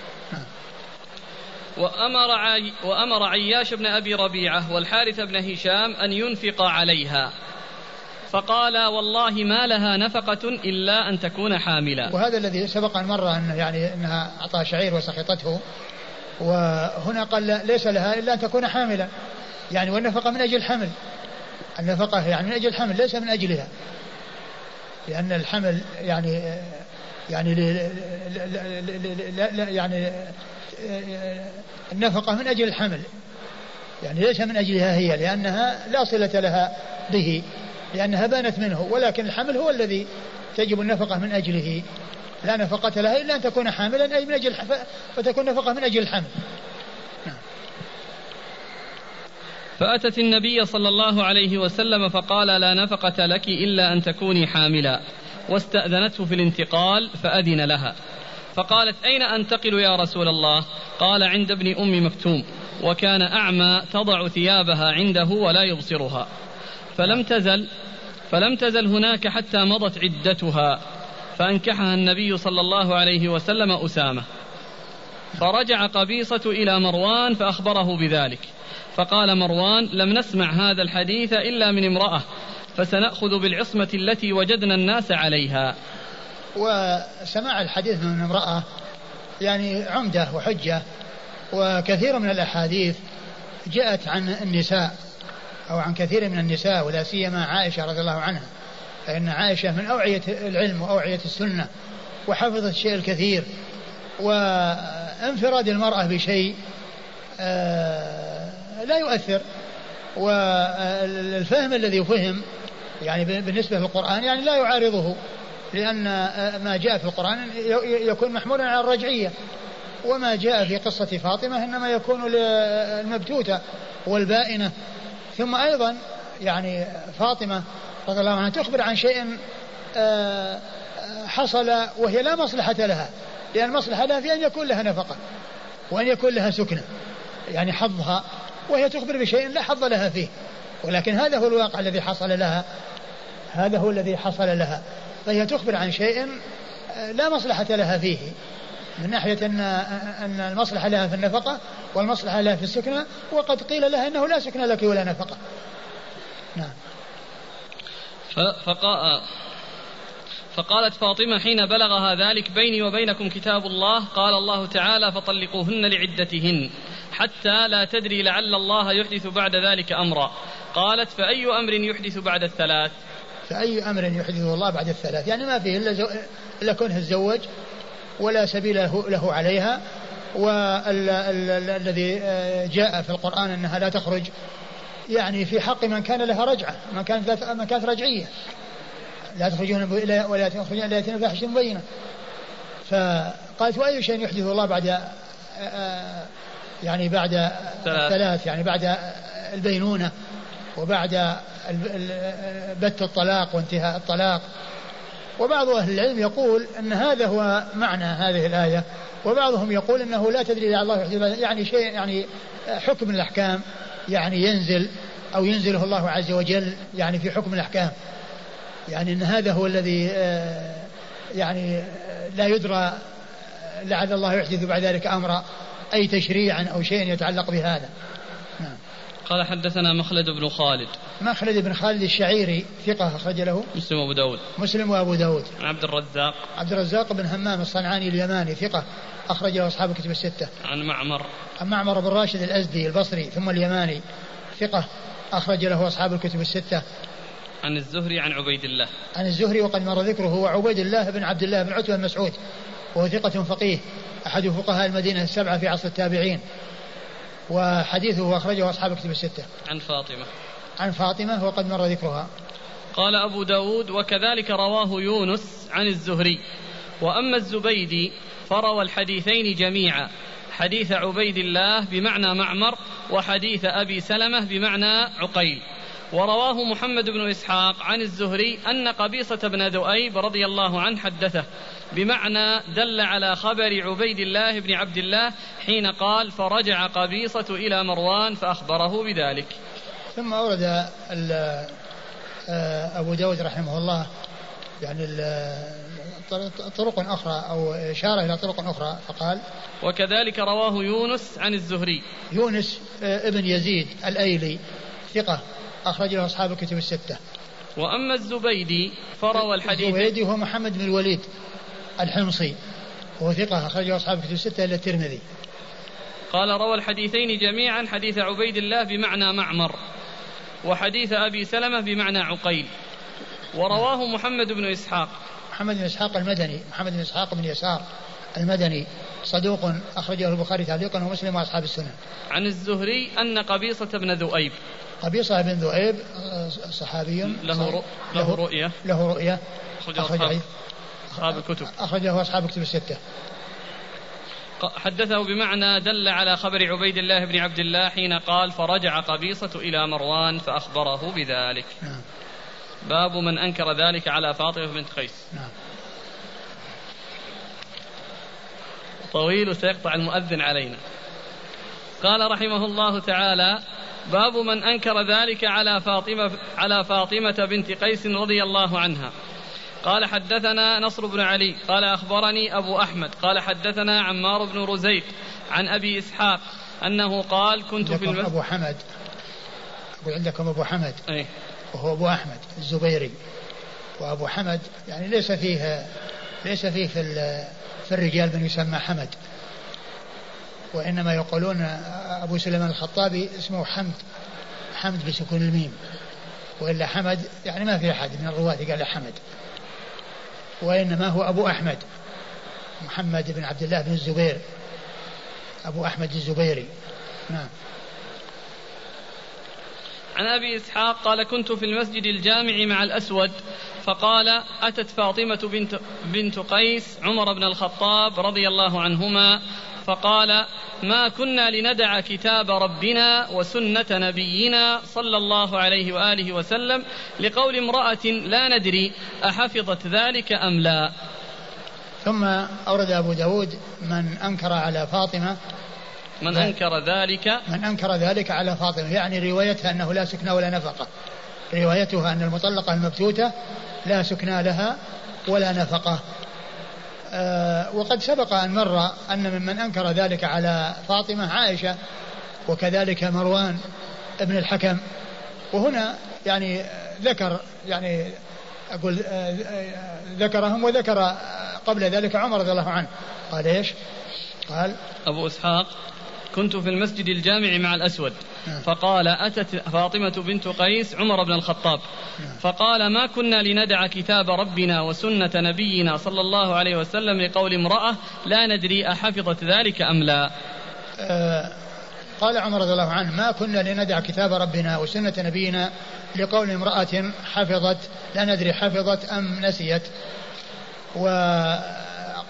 B: وأمر, عي وأمر عياش بن أبي ربيعة والحارث بن هشام أن ينفق عليها فقال والله ما لها نفقة إلا أن تكون حاملا.
A: وهذا الذي سبق أن مر أن يعني أنها أعطى شعير وسخطته وهنا قال ليس لها إلا أن تكون حاملا يعني والنفقة من أجل الحمل. النفقة يعني من أجل الحمل ليس من أجلها لأن الحمل يعني يعني يعني النفقة من أجل الحمل يعني ليس من أجلها هي لأنها لا صلة لها به لأنها بانت منه ولكن الحمل هو الذي تجب النفقة من أجله لا نفقة لها إلا أن تكون حاملا أي من أجل فتكون نفقة من أجل الحمل.
B: فأتت النبي صلى الله عليه وسلم فقال لا نفقة لك إلا أن تكوني حاملا واستأذنته في الانتقال فأذن لها فقالت أين أنتقل يا رسول الله؟ قال عند ابن أم مكتوم وكان أعمى تضع ثيابها عنده ولا يبصرها فلم تزل فلم تزل هناك حتى مضت عدتها فأنكحها النبي صلى الله عليه وسلم أسامة فرجع قبيصة إلى مروان فأخبره بذلك فقال مروان لم نسمع هذا الحديث إلا من امرأة فسنأخذ بالعصمة التي وجدنا الناس عليها.
A: وسماع الحديث من امرأة يعني عمدة وحجة وكثير من الأحاديث جاءت عن النساء أو عن كثير من النساء ولا سيما عائشة رضي الله عنها فإن عائشة من أوعية العلم وأوعية السنة وحفظت الشيء الكثير وانفراد المرأة بشيء لا يؤثر والفهم الذي فهم يعني بالنسبة للقرآن يعني لا يعارضه لأن ما جاء في القرآن يكون محمولا على الرجعية وما جاء في قصة فاطمة إنما يكون للمبتوتة والبائنة. ثم أيضا يعني فاطمة رضي الله عنها تخبر عن شيء حصل وهي لا مصلحة لها لأن المصلحة لها في أن يكون لها نفقة وأن يكون لها سكنة يعني حظها وهي تخبر بشيء لا حظ لها فيه ولكن هذا هو الواقع الذي حصل لها هذا هو الذي حصل لها فهي تخبر عن شيء لا مصلحة لها فيه من ناحية أن, أن المصلحة لها في النفقة والمصلحة لها في السكنة وقد قيل لها أنه لا سكنة لك ولا نفقة. نعم.
B: فقال فقالت فاطمة حين بلغها ذلك بيني وبينكم كتاب الله قال الله تعالى فطلقوهن لعدتهن حتى لا تدري لعل الله يحدث بعد ذلك أمرا. قالت فأي أمر يحدث بعد الثلاث؟
A: فأي أمر يحدثه الله بعد الثلاث يعني ما فيه إلا, زو... إلا كونه الزوج ولا سبيل له, له عليها والذي جاء في القرآن أنها لا تخرج يعني في حق من كان لها رجعة من كانت, من كانت رجعية لا تخرجون ولا تخرجون إلا يأتين بفاحشة مبينة فقالت وأي شيء يحدث الله بعد يعني بعد الثلاث يعني بعد البينونة وبعد بت الطلاق وانتهاء الطلاق. وبعض أهل العلم يقول أن هذا هو معنى هذه الآية، وبعضهم يقول أنه لا تدري لعل الله يحدث يعني شيء يعني حكم الأحكام يعني ينزل أو ينزله الله عز وجل يعني في حكم الأحكام، يعني أن هذا هو الذي يعني لا يدرى لعل الله يحدث بعد ذلك أمرا أي تشريعا أو شيء يتعلق بهذا. نعم.
B: قال حدثنا مخلد بن خالد.
A: مخلد بن خالد الشعيري ثقة أخرج له
B: مسلم وأبو داود.
A: مسلم وأبو داود.
B: عبد الرزاق.
A: عبد الرزاق بن همام الصنعاني اليماني ثقة أخرج له أصحاب الكتب الستة.
B: عن معمر.
A: عن معمر بن راشد الأزدي البصري ثم اليماني ثقة أخرج له أصحاب الكتب الستة.
B: عن الزهري عن عبيد الله.
A: عن الزهري وقد مر ذكره هو عبيد الله بن عبد الله بن عتبة بن مسعود وهو ثقة فقيه أحد فقهاء المدينة السبعة في عصر التابعين، وحديثه أخرجه أصحاب الكتب الستة.
B: عن فاطمة.
A: عن فاطمة وقد مر ذكرها.
B: قال أبو داود وكذلك رواه يونس عن الزهري. وأما الزبيدي فروى الحديثين جميعا، حديث عبيد الله بمعنى معمر وحديث أبي سلمة بمعنى عقيل. ورواه محمد بن إسحاق عن الزهري أن قبيصة بن ذؤيب رضي الله عنه حدثه بمعنى دل على خبر عبيد الله بن عبد الله حين قال فرجع قبيصة إلى مروان فأخبره بذلك.
A: ثم أورد أبو داود رحمه الله يعني طرق أخرى أو إشارة إلى طرق أخرى فقال
B: وكذلك رواه يونس عن الزهري.
A: يونس ابن يزيد الأيلي ثقة أخرج له أصحاب الكتب الستة.
B: وأما الزبيدي فروى الحديث.
A: الزبيدي هو محمد بن الوليد الحمصي وهو ثقة أخرج له أصحاب الكتب الستة إلا الترمذي.
B: قال روى الحديثين جميعا، حديث عبيد الله بمعنى معمر وحديث أبي سلمة بمعنى عقيل. ورواه محمد بن إسحاق.
A: محمد بن إسحاق المدني محمد بن إسحاق بن يسار المدني صدوق أخرجه البخاري تعليقا ومسلم وأصحاب السنن.
B: عن الزهري أن قبيصة بن ذؤيب.
A: قبيصة بن ذؤيب صحابي
B: له, رؤ... له رؤية
A: له رؤية
B: أخرجه أصحاب الكتب
A: أخرجه أصحاب الكتب الستة.
B: حدثه بمعنى دل على خبر عبيد الله بن عبد الله حين قال فرجع قبيصة إلى مروان فأخبره بذلك.
A: نعم.
B: باب من أنكر ذلك على فاطمة بنت قيس.
A: نعم.
B: طويل سيقطع المؤذن علينا. قال رحمه الله تعالى باب من أنكر ذلك على فاطمة على فاطمة بنت قيس رضي الله عنها. قال حدثنا نصر بن علي قال أخبرني أبو أحمد قال حدثنا عمار بن رزيق عن أبي إسحاق أنه قال كنت في المسجد.
A: أبو حمد أقول عندكم أبو حمد
B: أي.
A: وهو أبو أحمد الزبيري، وأبو حمد يعني ليس فيه ليس فيه في, في الرجال من يسمى حمد، وإنما يقولون أبو سليمان الخطابي اسمه حمد حمد بسكون الميم، وإلا حمد يعني ما في أحد من الرواة قال حمد، وإنما هو أبو أحمد محمد بن عبد الله بن الزبير أبو أحمد الزبيري. نعم.
B: عن أبي إسحاق قال كنت في المسجد الجامع مع الأسود فقال أتت فاطمة بنت, بنت قيس عمر بن الخطاب رضي الله عنهما فقال ما كنا لندع كتاب ربنا وسنة نبينا صلى الله عليه وآله وسلم لقول امرأة لا ندري أحفظت ذلك أم لا.
A: ثم أورد أبو داود من أنكر على فاطمة
B: من أنكر ذلك
A: من أنكر ذلك على فاطمة يعني روايتها أنه لا سكنى ولا نفقة، روايتها أن المطلقة المبتوتة لا سكنى لها ولا نفقة. أه وقد سبق أن مر أن ممن أنكر ذلك على فاطمة عائشة وكذلك مروان ابن الحكم، وهنا يعني ذكر يعني أقول ذكرهم وذكر قبل ذلك عمر رضي الله عنه. قال إيش؟ قال
B: أبو إسحاق كنت في المسجد الجامع مع الأسود فقال أتت فاطمة بنت قيس عمر بن الخطاب فقال ما كنا لندع كتاب ربنا وسنة نبينا صلى الله عليه وسلم لقول امرأة لا ندري أحفظت ذلك أم لا.
A: آه قال عمر رضي الله عنه ما كنا لندع كتاب ربنا وسنة نبينا لقول امرأة حفظت لا ندري حفظت أم نسيت.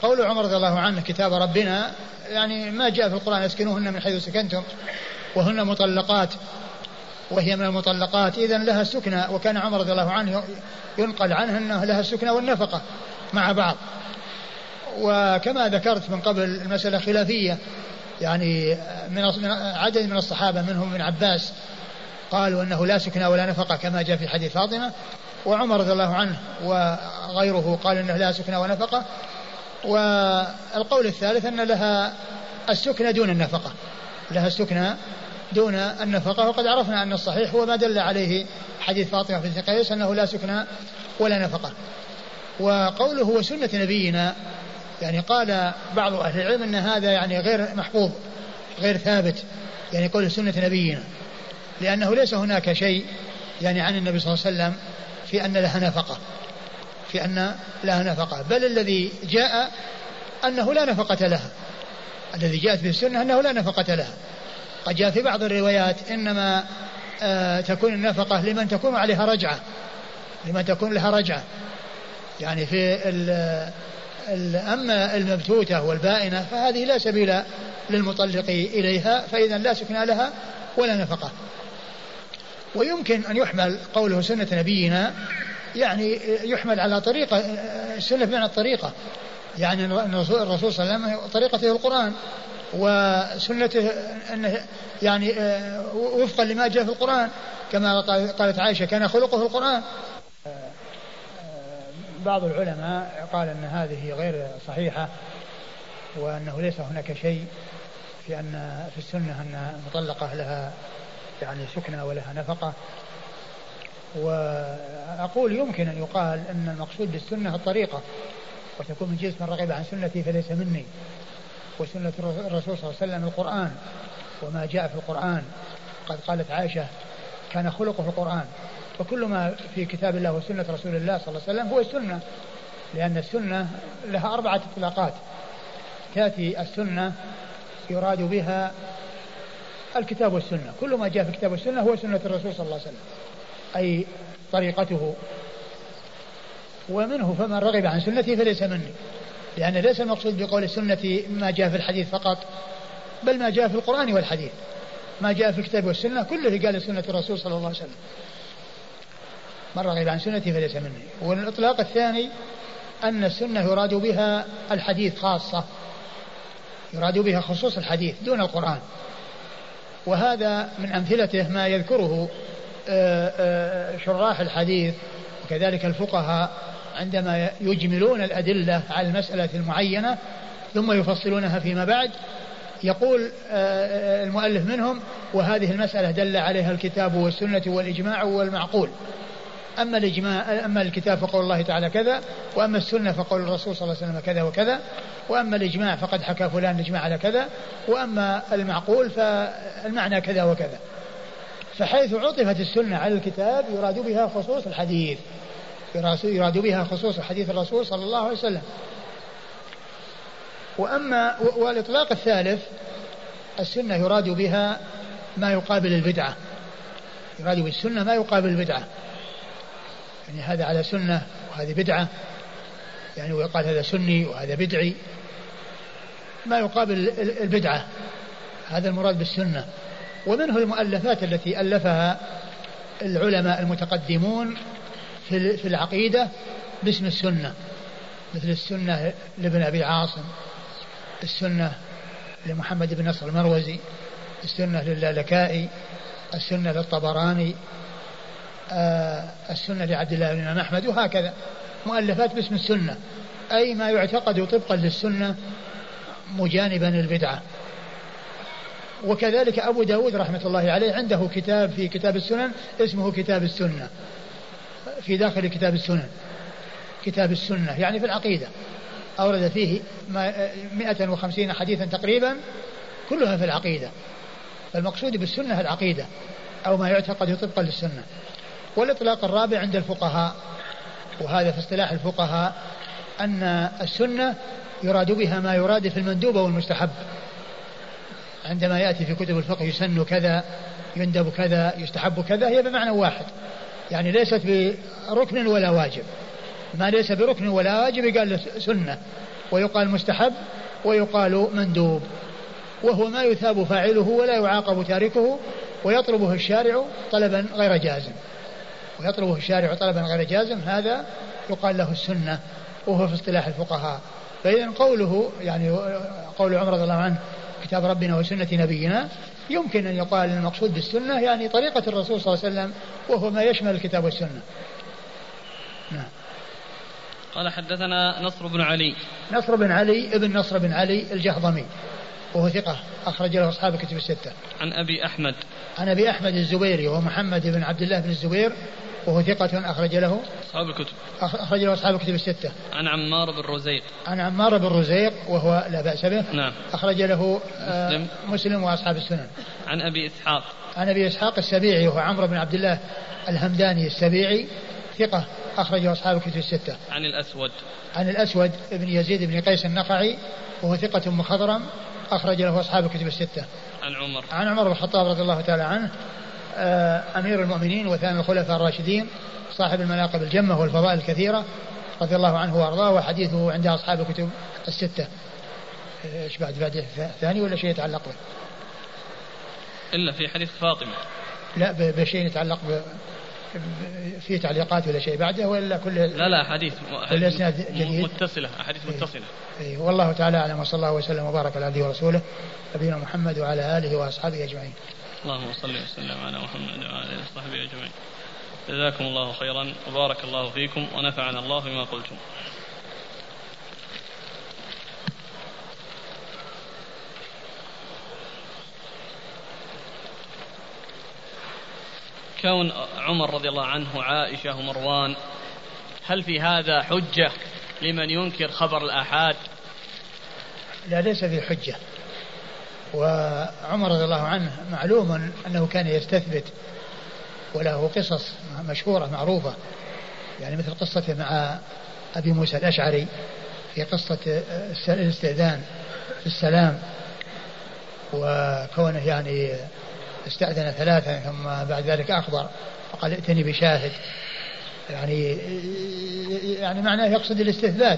A: قول عمر رضي الله عنه كتاب ربنا يعني ما جاء في القرآن اسكنوهن من حيث سكنتم وهن مطلقات وهي من المطلقات إذن لها السكنى. وكان عمر رضي الله عنه ينقل عنه أنه لها السكنى والنفقة مع بعض. وكما ذكرت من قبل المسألة خلافية يعني من عدد من الصحابة منهم ابن عباس قالوا أنه لا سكنى ولا نفقة كما جاء في حديث فاطمة, وعمر رضي الله عنه وغيره قال أنه لا سكنى ونفقة. والقول الثالث أن لها السكنى دون النفقة, لها السكنى دون النفقة. وقد عرفنا أن الصحيح هو ما دل عليه حديث فاطمة بنت قيس أنه لا سكنى ولا نفقة. وقوله هو سنة نبينا يعني قال بعض أهل العلم أن هذا يعني غير محفوظ غير ثابت, يعني قوله سنة نبينا لأنه ليس هناك شيء يعني عن النبي صلى الله عليه وسلم في أن لها نفقة في أن لها نفقة, بل الذي جاء أنه لا نفقة لها, الذي جاءت به السنة أنه لا نفقة لها. قد جاء في بعض الروايات إنما آه تكون النفقة لمن تكون عليها رجعة, لمن تكون لها رجعة يعني في ال أما المبتوتة والبائنة فهذه لا سبيل للمطلق إليها, فإذا لا سكن لها ولا نفقة. ويمكن أن يحمل قوله سنة نبينا يعني يحمل على طريقة السنة بمعنى الطريقة, يعني الرسول صلى الله عليه وسلم طريقته القرآن وسنته أنه يعني وفقا لما جاء في القرآن كما قالت عائشة كان خلقه القرآن. بعض العلماء قال أن هذه غير صحيحة وأنه ليس هناك شيء في أن في السنة أن المطلقة لها يعني سكنى ولها نفقة. وأقول يمكن أن يقال أن المقصود بالسنة الطريقة, وتكون من جنس من رغب عن سنتي فليس مني, وسنة الرسول صلى الله عليه وسلم القرآن وما جاء في القرآن. قد قالت عائشة كان خلقه القرآن, وكل ما في كتاب الله وسنة رسول الله صلى الله عليه وسلم هو السنة, لأن السنة لها أربعة اطلاقات. تأتي السنة يراد بها الكتاب والسنة, كل ما جاء في الكتاب والسنة هو سنة الرسول صلى الله عليه وسلم أي طريقته. ومنه فمن رغب عن سنتي فليس مني, لأن ليس المقصود بقول السنة ما جاء في الحديث فقط, بل ما جاء في القرآن والحديث, ما جاء في الكتاب والسنة كله قال سنة الرسول صلى الله عليه وسلم. من رغب عن سنتي فليس مني. والإطلاق الثاني أن السنة يراد بها الحديث خاصة, يراد بها خصوص الحديث دون القرآن. وهذا من أمثلته ما يذكره شراح الحديث وكذلك الفقهاء عندما يجملون الأدلة على المسألة المعينة ثم يفصلونها فيما بعد. يقول المؤلف منهم وهذه المسألة دل عليها الكتاب والسنة والإجماع والمعقول. أما الإجماع أما الكتاب فقول الله تعالى كذا, وأما السنة فقول الرسول صلى الله عليه وسلم كذا وكذا, وأما الإجماع فقد حكى فلان الإجماع على كذا, وأما المعقول فالمعنى كذا وكذا. فحيث عطفت السنة على الكتاب يراد بها خصوص الحديث, يراد بها خصوص حديث الرسول صلى الله عليه وسلم. وأما والإطلاق الثالث السنة يراد بها ما يقابل البدعة, يراد بالسنة ما يقابل البدعة, يعني هذا على سنة وهذه بدعة, يعني ويقال هذا سني وهذا بدعي, ما يقابل البدعة, هذا المراد بالسنة. ومنه المؤلفات التي ألفها العلماء المتقدمون في العقيدة باسم السنة, مثل السنة لابن أبي عاصم, السنة لمحمد بن نصر المروزي, السنة للالكائي, السنة للطبراني, آه السنة لعبد الله بن أحمد, وهكذا مؤلفات باسم السنة, أي ما يعتقد طبقا للسنة مجانبا البدعة. وكذلك أبو داود رحمة الله عليه عنده كتاب في كتاب السنن اسمه كتاب السنة, في داخل كتاب السنن كتاب السنة يعني في العقيدة, أورد فيه مئة وخمسين حديثا تقريبا كلها في العقيدة. فالمقصود بالسنة العقيدة أو ما يعتقد طبقا للسنة. والإطلاق الرابع عند الفقهاء, وهذا في اصطلاح الفقهاء, أن السنة يراد بها ما يراد في المندوب والمستحب. عندما يأتي في كتب الفقه يسن كذا, يندب كذا, يستحب كذا, هي بمعنى واحد, يعني ليست بركن ولا واجب. ما ليس بركن ولا واجب قال سنة, ويقال مستحب ويقال مندوب، وهو ما يثاب فاعله ولا يعاقب تاركه، ويطلبه الشارع طلبا غير جازم ويطلبه الشارع طلبا غير جازم هذا يقال له السنة، وهو في اصطلاح الفقهاء. فإذا قوله يعني قول عمر رضي الله عنه كتاب ربنا وسنة نبينا، يمكن أن يقال المقصود بالسنة يعني طريقة الرسول صلى الله عليه وسلم، وهو ما يشمل الكتاب والسنة. نعم.
B: قال حدثنا نصر بن علي.
A: نصر بن علي ابن نصر بن علي الجهضمي، وهو ثقة أخرج له أصحاب الكتب الستة.
B: عن أبي أحمد.
A: عن أبي أحمد الزبيري وهو محمد بن عبد الله بن الزبير، وهو ثقة أخرج له
B: أصحاب الكتب
A: أخرج له أصحاب الكتب الستة.
B: عن عمار بن رزيق.
A: عن عمار بن رزيق وهو لا بأس به.
B: نعم.
A: أخرج له
B: مسلم.
A: مسلم وأصحاب السنن.
B: عن أبي إسحاق.
A: عن أبي إسحاق السبيعي وهو عمرو بن عبد الله الهمداني السبيعي، ثقة أخرجه أصحاب الكتب الستة.
B: عن الأسود.
A: عن الأسود بن يزيد بن قيس النخعي، وهو ثقة مخضرم أخرج له أصحاب الكتب الستة.
B: عن عمر.
A: عن عمر بن الخطاب رضي الله تعالى عنه أمير المؤمنين وثاني الخلفاء الراشدين صاحب المناقب الجمة والفضائل الكثيرة رضي الله عنه وأرضاه، وحديثه عند أصحاب الكتب الستة. إيش بعد بعد ثاني ولا شيء يتعلق به؟
B: إلا في حديث فاطمة.
A: لا بشيء يتعلق ب في تعليقات ولا شيء بعده ولا كل
B: لا لا حديث
A: جديد
B: متصلة أحاديث متصلة.
A: إيه والله تعالى أعلم، وصلى الله وسلم وبارك على عبده ورسوله نبينا محمد وعلى آله وأصحابه أجمعين.
B: اللهم صل وسلم على محمد وعلى آله وصحبه أجمعين. جزاكم الله خيرا وبارك الله فيكم ونفعنا الله بما قلتم. كون عمر رضي الله عنه وعائشة ومروان، هل في هذا حجة لمن ينكر خبر الآحاد؟
A: لا ليس في حجة. وعمر رضي الله عنه معلوم أنه كان يستثبت، وله قصص مشهورة معروفة، يعني مثل قصة مع أبي موسى الأشعري في قصة الاستئذان في السلام، وكونه يعني استأذن ثلاثة ثم بعد ذلك أخبر فقال ائتني بشاهد، يعني يعني معناه يقصد الاستثبات.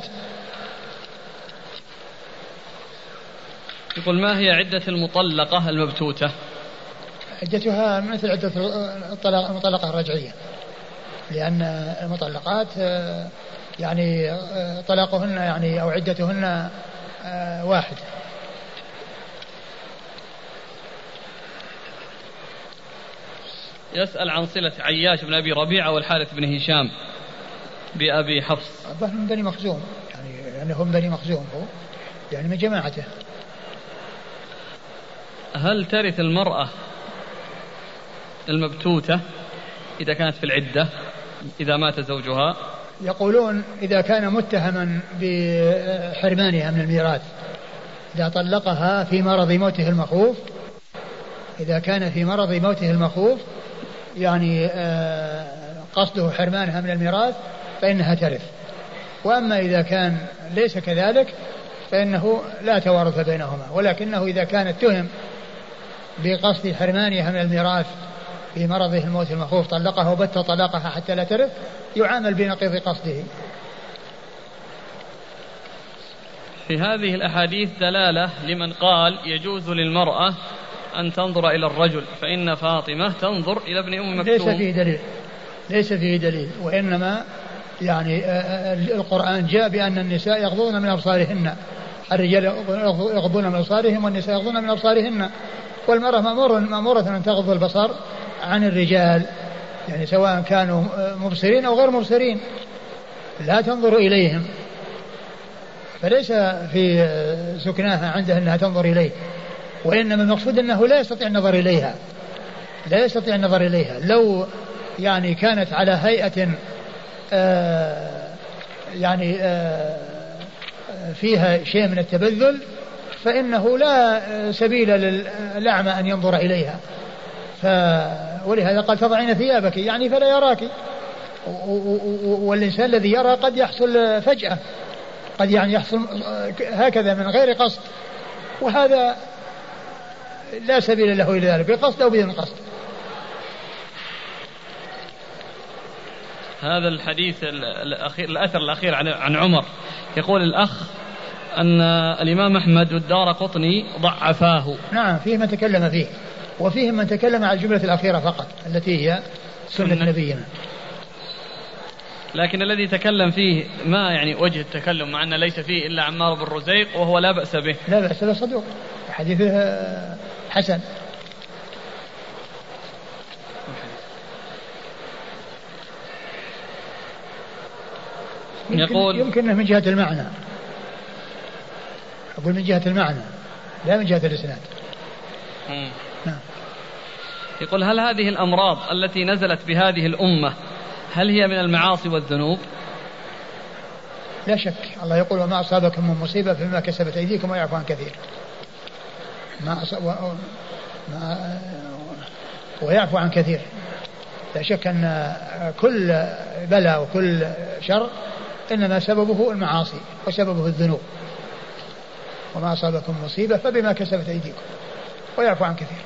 B: يقول ما هي عدة المطلقة المبتوتة؟
A: عدتها مثل عدة المطلقة الرجعية، لأن المطلقات يعني طلاقهن يعني أو عدتهن واحد.
B: يسأل عن صلة عياش بن أبي ربيعة والحارث بن هشام بأبي حفص.
A: من بني مخزوم، يعني يعني هم بني مخزوم، هو يعني من جماعته.
B: هل ترث المرأة المبتوتة إذا كانت في العدة إذا مات زوجها؟
A: يقولون إذا كان متهما بحرمانها من الميراث، إذا طلقها في مرض موته المخوف، إذا كان في مرض موته المخوف يعني قصده حرمانها من الميراث فإنها ترث. وأما إذا كان ليس كذلك فإنه لا توارث بينهما، ولكنه إذا كان اتهم بقصد حرمانها من الميراث في مرضه الموت المخوف طلقها وبت طلاقها حتى لا ترث، يعامل بنقيض قصده.
B: في هذه الأحاديث دلالة لمن قال يجوز للمرأة أن تنظر إلى الرجل، فإن فاطمة تنظر إلى ابن أم مكتوم.
A: ليس فيه دليل، ليس فيه دليل، وإنما يعني القرآن جاء بأن النساء يغضون من أبصارهن، الرجال يغضون من أبصارهم والنساء يغضون من أبصارهن، والمرأة مأمورة أن تغض البصر عن الرجال، يعني سواء كانوا مبصرين أو غير مبصرين، لا تنظر إليهم. فليس في سكناها عندها أنها تنظر إليه، وإنما المقصود أنه لا يستطيع النظر إليها، لا يستطيع النظر إليها. لو يعني كانت على هيئة آه يعني آه فيها شيء من التبذل فإنه لا سبيل للأعمى أن ينظر إليها. ولهذا قال تضعين ثيابك، يعني فلا يراك. والإنسان الذي يرى قد يحصل فجأة، قد يعني يحصل هكذا من غير قصد، وهذا لا سبيل له إلى ذلك بقصد أو بدون قصد.
B: هذا الحديث الأخير، الأثر الأخير عن عمر، يقول الأخ أن الإمام أحمد والدارقطني ضعفاه.
A: نعم فيه من تكلم فيه، وفيه من تكلم على الجملة الأخيرة فقط التي هي سنة, سنة نبينا.
B: لكن الذي تكلم فيه ما يعني وجه التكلم، مع أن ليس فيه إلا عمار بن رزيق وهو لا بأس به.
A: لا بأس به، صدوق، حديثه حسن.
B: يقول
A: يمكن من جهة المعنى، أقول من جهة المعنى لا من جهة الإسناد.
B: نعم. يقول هل هذه الأمراض التي نزلت بهذه الأمة هل هي من المعاصي والذنوب؟
A: لا شك، الله يقول وما أصابكم من مصيبة فيما كسبت أيديكم ويعفو عن كثير. ما أص... و... ما... ويعفو عن كثير. لا شك أن كل بلاء وكل شر إنما سببه المعاصي وسببه الذنوب. وما أصابكم مصيبة فبما كسبت أيديكم ويعفو عن كثير.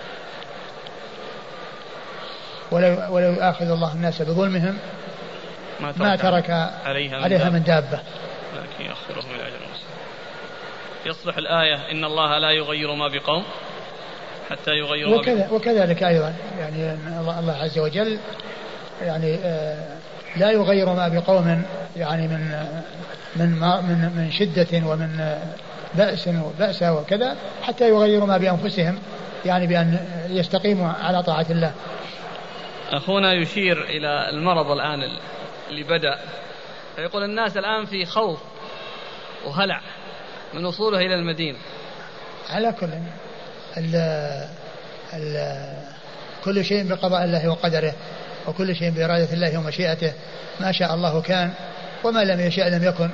A: ولو, ولو يؤاخذ الله الناس بظلمهم ما ترك, ما ترك عليها, من, عليها من دابة،
B: لكن يأخرهم إلى أجل مسمى. يصلح الآية إن الله لا يغير ما بقوم حتى يغيروا
A: وكذا وكذلك أيضا يعني الله عز وجل يعني آه لا يغير ما بقوم يعني من من من من شدة ومن بأس وبأس وكذا حتى يغيروا ما بأنفسهم، يعني بأن يستقيموا على طاعة الله.
B: أخونا يشير إلى المرض الآن اللي بدأ، فيقول الناس الآن في خوف وهلع من وصوله إلى المدينة.
A: على كل ال ال كل شيء بقضاء الله وقدره، وكل شيء بإرادة الله ومشيئته، ما شاء الله كان وما لم يشاء لم يكن.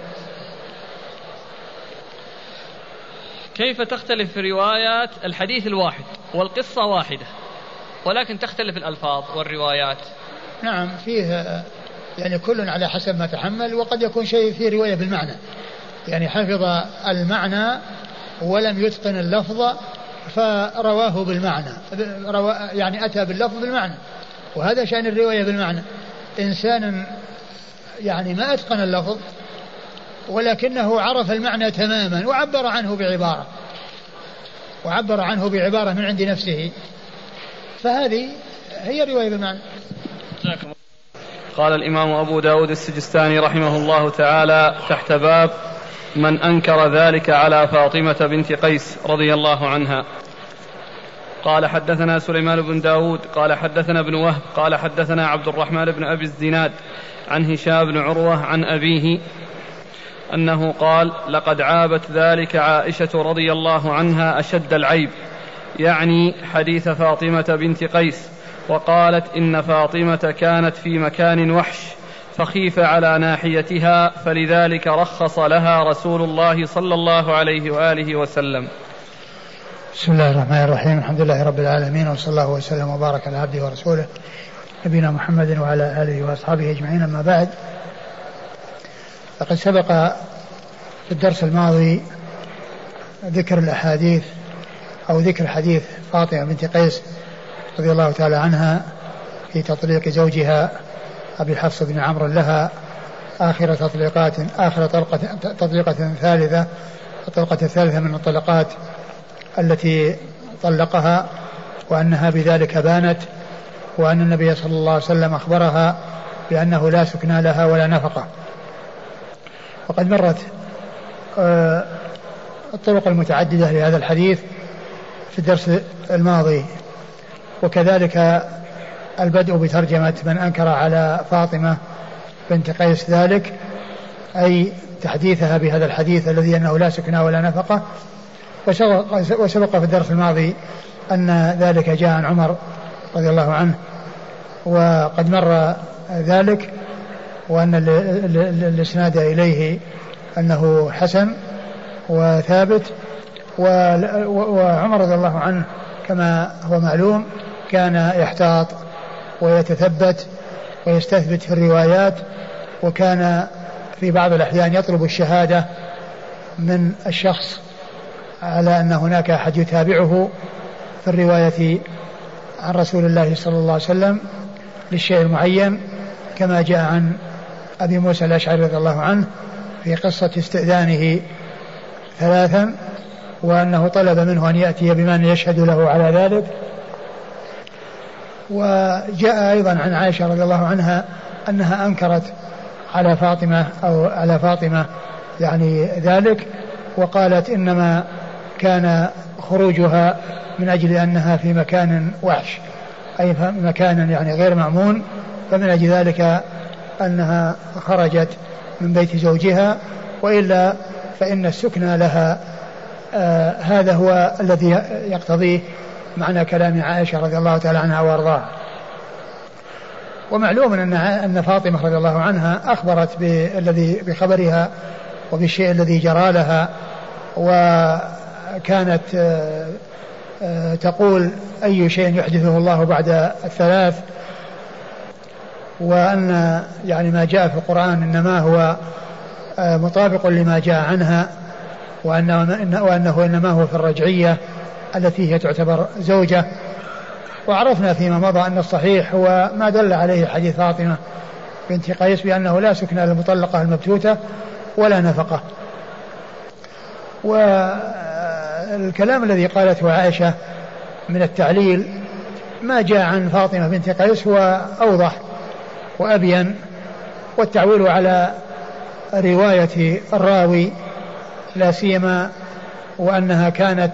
B: كيف تختلف في روايات الحديث الواحد والقصة واحدة ولكن تختلف الألفاظ والروايات؟
A: نعم فيه يعني كل على حسب ما تحمل، وقد يكون شيء فيه رواية بالمعنى، يعني حفظ المعنى ولم يتقن اللفظ فرواه بالمعنى، يعني أتى باللفظ بالمعنى، وهذا شأن الرواية بالمعنى. إنسان يعني ما أتقن اللفظ ولكنه عرف المعنى تماما وعبر عنه بعبارة وعبر عنه بعبارة من عند نفسه، فهذه هي رواية بالمعنى.
B: قال الإمام أبو داود السجستاني رحمه الله تعالى تحت باب من أنكر ذلك على فاطمة بنت قيس رضي الله عنها. قال حدثنا سليمان بن داود قال حدثنا ابن وهب قال حدثنا عبد الرحمن بن أبي الزناد عن هشام بن عروة عن أبيه أنه قال لقد عابت ذلك عائشة رضي الله عنها أشد العيب، يعني حديث فاطمة بنت قيس، وقالت إن فاطمة كانت في مكان وحش فخيف على ناحيتها فلذلك رخص لها رسول الله صلى الله عليه وآله وسلم.
A: بسم الله الرحمن الرحيم، الحمد لله رب العالمين، وصلى الله وسلم وبارك على عبده ورسوله نبينا محمد وعلى آله وأصحابه أجمعين. أما بعد، فقد سبق في الدرس الماضي ذكر الأحاديث أو ذكر حديث فاطمة بنت قيس رضي الله تعالى عنها في تطليق زوجها أبي حفص بن عمرو لها آخر تطليقات آخر طلقة تطليقة ثالثة الطلقة الثالثة من الطلقات التي طلقها، وأنها بذلك بانت، وأن النبي صلى الله عليه وسلم أخبرها بأنه لا سكنى لها ولا نفقة. وقد مرت الطرق المتعددة لهذا الحديث في الدرس الماضي، وكذلك البدء بترجمة من أنكر على فاطمة بنت قيس ذلك، أي تحديثها بهذا الحديث الذي أنه لا سكنى ولا نفقة. وسبق في الدرس الماضي أن ذلك جاء عن عمر رضي الله عنه، وقد مر ذلك، وأن الإسناد إليه أنه حسن وثابت. وعمر رضي الله عنه كما هو معلوم كان يحتاط ويتثبت ويستثبت في الروايات، وكان في بعض الأحيان يطلب الشهادة من الشخص على أن هناك أحد يتابعه في الرواية عن رسول الله صلى الله عليه وسلم للشيء المعين، كما جاء عن أبي موسى الأشعري رضي الله عنه في قصة استئذانه ثلاثا، وأنه طلب منه أن يأتي بمن يشهد له على ذلك. وجاء أيضا عن عائشة رضي الله عنها أنها أنكرت على فاطمة أو على فاطمة يعني ذلك، وقالت إنما كان خروجها من أجل أنها في مكان وحش، أي مكان يعني غير مأمون، فمن أجل ذلك أنها خرجت من بيت زوجها، وإلا فإن السكنى لها آه هذا هو الذي يقتضيه معنى كلام عائشة رضي الله تعالى عنها وارضاها. ومعلوم أن أن فاطمة رضي الله عنها أخبرت بالذي بخبرها وبالشيء الذي جرى لها، وكانت آه آه تقول أي شيء يحدثه الله بعد الثلاث، وأن يعني ما جاء في القرآن إنما هو آه مطابق لما جاء عنها، وأنه, وأنه إنما هو في الرجعية التي هي تعتبر زوجة. وعرفنا فيما مضى أن الصحيح هو ما دل عليه حديث فاطمة بنت قيس بأنه لا سكن للمطلقة المبتوتة ولا نفقة. والكلام الذي قالته عائشة من التعليل ما جاء عن فاطمة بنت قيس هو أوضح وأبين، والتعويل على رواية الراوي لا سيما وأنها كانت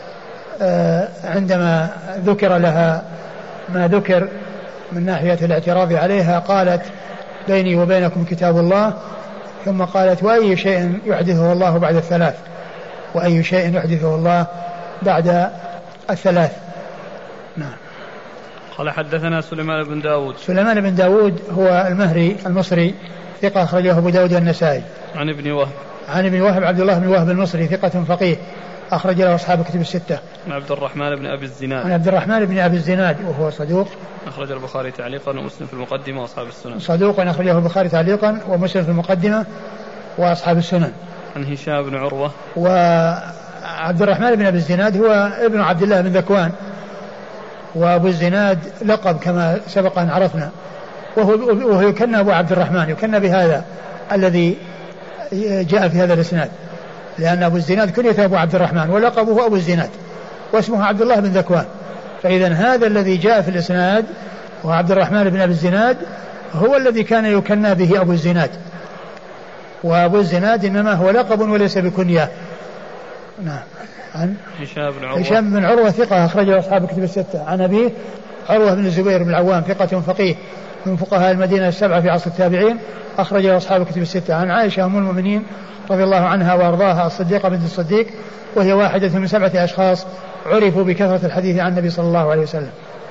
A: عندما ذكر لها ما ذكر من ناحية الاعتراض عليها قالت بيني وبينكم كتاب الله، ثم قالت وأي شيء يحدثه الله بعد الثلاث، وأي شيء يحدثه الله بعد الثلاث. نعم.
B: قال حدثنا سليمان بن داود.
A: سليمان بن داود هو المهري المصري ثقة أخرجه أبو داود النسائي.
B: عن ابن وهب.
A: عن ابن وهب عبد الله بن وهب المصري ثقة فقيه أخرج له أصحاب كتب الستة.
B: عن عبد الرحمن بن أبي الزناد.
A: عن عبد الرحمن بن أبي الزناد وهو صدوق
B: أخرج البخاري تعليقا ومسلم في المقدمة وأصحاب السنن.
A: صدوق أخرجه البخاري تعليقا ومسلم في المقدمة وأصحاب السنن.
B: عن هشام بن عروة.
A: وعبد الرحمن بن أبي الزناد هو ابن عبد الله بن ذكوان، وأبو الزناد لقب كما سبق أن عرفنا، وهو, وهو يكنى أبو عبد الرحمن، يكنى بهذا الذي جاء في هذا الإسناد، لأن أبو الزناد كنيته أبو عبد الرحمن ولقبه أبو الزناد واسمه عبد الله بن ذكوان. فإذا هذا الذي جاء في الإسناد وعبد الرحمن بن أبي الزناد هو الذي كان يكنى به أبو الزناد، وأبو الزناد إنما هو لقب وليس بكنية. نعم. عن
B: هشام بن عروة.
A: هشام بن عروة ثقة أخرجه أصحاب كتب الستة. عن أبيه عروة بن الزبير بن العوام ثقة فقيه من فقهاء المدينة السبعة في عصر التابعين أخرجه أصحاب كتب الستة. عن عائشة أم المؤمنين رضي الله عنها وأرضاها الصديقة بنت الصديق، وهي واحدة من سبعة أشخاص عرفوا بكثرة الحديث عن النبي صلى الله عليه وسلم.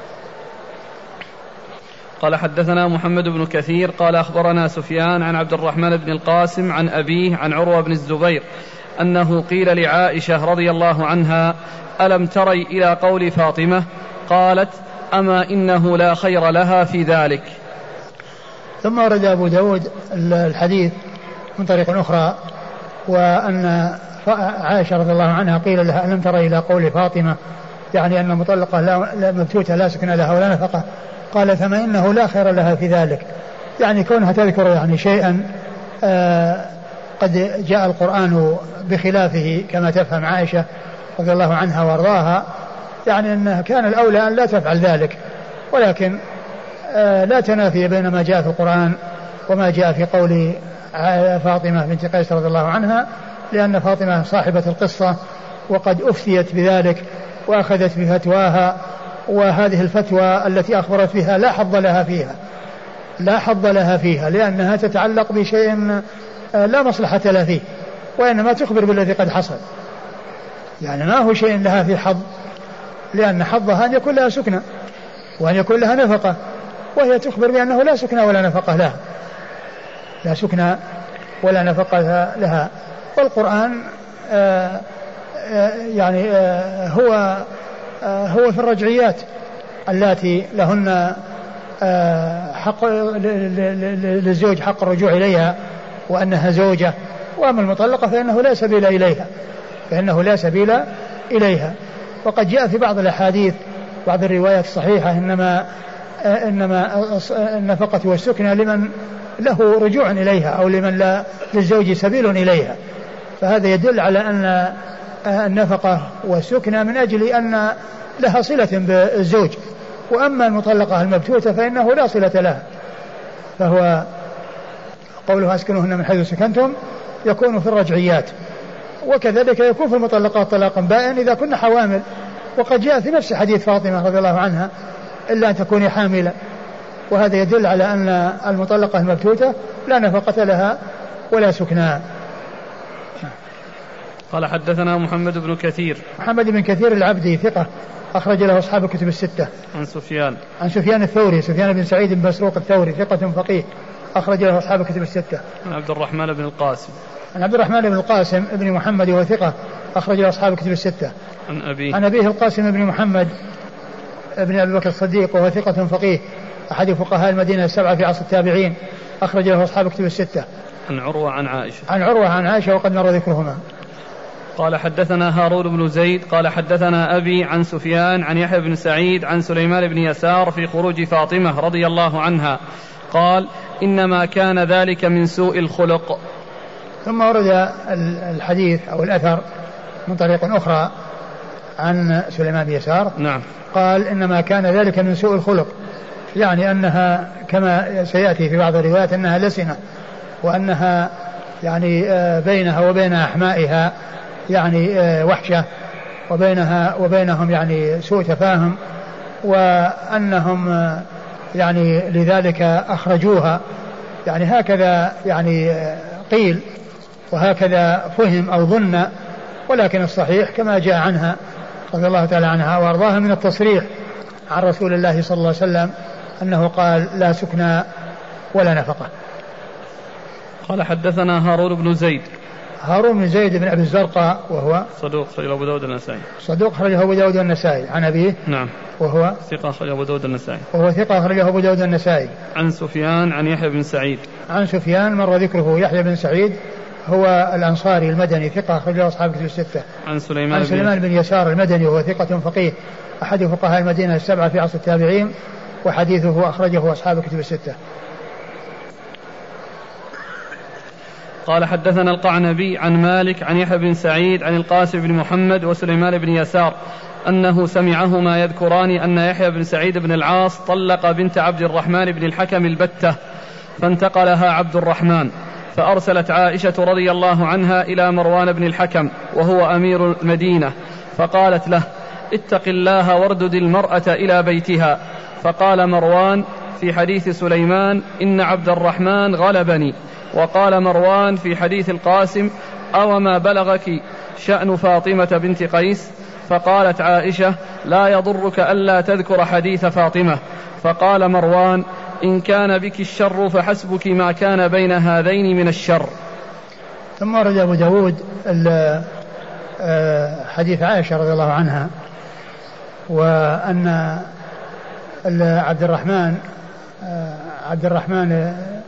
B: قال حدثنا محمد بن كثير قال أخبرنا سفيان عن عبد الرحمن بن القاسم عن أبيه عن عروة بن الزبير أنه قيل لعائشة رضي الله عنها ألم تري إلى قول فاطمة؟ قالت أما إنه لا خير لها في ذلك.
A: ثم ورد أبو داود الحديث من طريق أخرى، وأن عائشة رضي الله عنها قيل لها ألم تري إلى قول فاطمة، يعني أن مطلقة لا مبتوتة لا سكن لها ولا نفقة، قال فما إنه لا خير لها في ذلك، يعني كونها تذكر يعني شيئا آه قد جاء القرآن بخلافه كما تفهم عائشة رضي الله عنها وارضاها، يعني أنه كان الأولى أن لا تفعل ذلك، ولكن آه لا تنافي بين ما جاء في القرآن وما جاء في قول فاطمة بنت قيس رضي الله عنها، لأن فاطمة صاحبة القصة وقد أفتيت بذلك وأخذت بفتواها، وهذه الفتوى التي أخبرت بها لا حظ لها فيها لا حظ لها فيها لأنها تتعلق بشيء لا مصلحة لها فيه، وإنما تخبر بالذي قد حصل، يعني ما هو شيء لها في حظ، لأن حظها أن يكون لها سكنة وأن يكون لها نفقة، وهي تخبر بأنه لا سكنة ولا نفقة لها لا سكنة ولا نفقة لها. والقرآن آآ آآ يعني آآ هو هو في الرجعيات التي لهن حق للزوج حق الرجوع إليها وأنها زوجة، وأما المطلقة فإنه لا سبيل إليها فإنه لا سبيل إليها. وقد جاء في بعض الأحاديث بعض الروايات الصحيحة إنما إنما النفقة والسكنة لمن له رجوع إليها أو لمن لا للزوج سبيل إليها، فهذا يدل على أن النفقة والسكنة من أجل أن لها صلة بالزوج. وأما المطلقة المبتوتة فإنه لا صلة لها. فهو قوله أسكنوهن من حيث سكنتم يكون في الرجعيات، وكذلك يكون في المطلقات طلاقا بائن إذا كن حوامل، وقد جاء في نفس حديث فاطمة رضي الله عنها إلا أن تكوني حاملة. وهذا يدل على أن المطلقة المبتوتة لا نفقة لها ولا سكنى.
B: قال حدثنا محمد بن كثير.
A: محمد بن كثير العبدي ثقة أخرج له أصحاب الكتب الستة.
B: عن سفيان.
A: عن سفيان الثوري سفيان بن سعيد بن مسروق الثوري ثقة فقيه أخرج له أصحاب الكتب الستة.
B: عن عبد الرحمن بن القاسم.
A: عن عبد الرحمن بن القاسم ابن محمد وثقة أخرج له أصحاب الكتب الستة.
B: عن أبيه.
A: عن أبيه القاسم بن محمد ابن أبي بكر الصديق وهو ثقة فقيه أحد فقهاء المدينة السبعة في عصر التابعين أخرج له أصحاب الكتب الستة.
B: عن عروة عن عائشة.
A: عن عروة عن عائشة وقد مر ذكرهما.
B: قال حدثنا هارون بن زيد قال حدثنا أبي عن سفيان عن يحيى بن سعيد عن سليمان بن يسار في خروج فاطمة رضي الله عنها قال إنما كان ذلك من سوء الخلق.
A: ثم ورد الحديث أو الأثر من طريق أخرى عن سليمان بن يسار.
B: نعم.
A: قال إنما كان ذلك من سوء الخلق، يعني أنها كما سيأتي في بعض الروايات أنها لسنة، وأنها يعني بينها وبين أحمائها يعني وحشة، وبينها وبينهم يعني سوء تفاهم، وأنهم يعني لذلك أخرجوها، يعني هكذا يعني قيل وهكذا فهم أو ظن، ولكن الصحيح كما جاء عنها رضي الله تعالى عنها وأرضاها من التصريح عن رسول الله صلى الله عليه وسلم أنه قال لا سكنى ولا نفقة.
B: قال حدثنا هارون بن زيد.
A: هارون بن زيد بن أبي الزرقاء وهو
B: صدوق خرج أبو داود النسائي.
A: صدوق خرجه أبو داود النسائي. عن أبيه.
B: نعم.
A: وهو
B: ثقة خرج أبو داود النسائي.
A: وهو ثقة خرجه أبو داود النسائي.
B: عن سفيان عن يحيى بن سعيد.
A: عن سفيان مر ذكره. يحيى بن سعيد هو الأنصاري المدني ثقة خرجه أصحاب الكتب الستة.
B: عن سليمان.
A: عن سليمان بن يسار المدني وهو ثقة فقيه أحد فقهاء المدينة السبعة في عصر التابعين، وحديثه أخرجه أصحاب الكتب الستة.
B: قال حدثنا القعنبي عن مالك عن يحيى بن سعيد عن القاسم بن محمد وسليمان بن يسار أنه سمعهما يذكران أن يحيى بن سعيد بن العاص طلق بنت عبد الرحمن بن الحكم البتة، فانتقلها عبد الرحمن، فأرسلت عائشة رضي الله عنها إلى مروان بن الحكم وهو أمير المدينة، فقالت له اتق الله واردد المرأة إلى بيتها. فقال مروان في حديث سليمان إن عبد الرحمن غلبني، وقال مروان في حديث القاسم أو ما بلغك شأن فاطمة بنت قيس؟ فقالت عائشة لا يضرك ألا تذكر حديث فاطمة. فقال مروان إن كان بك الشر فحسبك ما كان بين هذين من الشر.
A: ثم ورد أبو داود حديث عائشة رضي الله عنها، وأن عبد الرحمن عبد الرحمن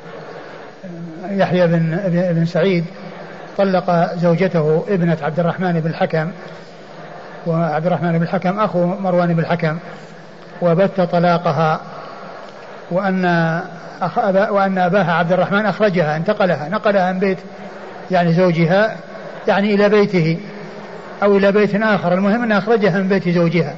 A: يحيى بن بن سعيد طلق زوجته ابنة عبد الرحمن بن الحكم، وعبد الرحمن بن الحكم أخو مروان بن الحكم، وبت طلاقها، وأن أخ وأن أباها عبد الرحمن أخرجها انتقلها نقلها من بيت يعني زوجها يعني إلى بيته أو إلى بيت آخر، المهم أن أخرجها من بيت زوجها.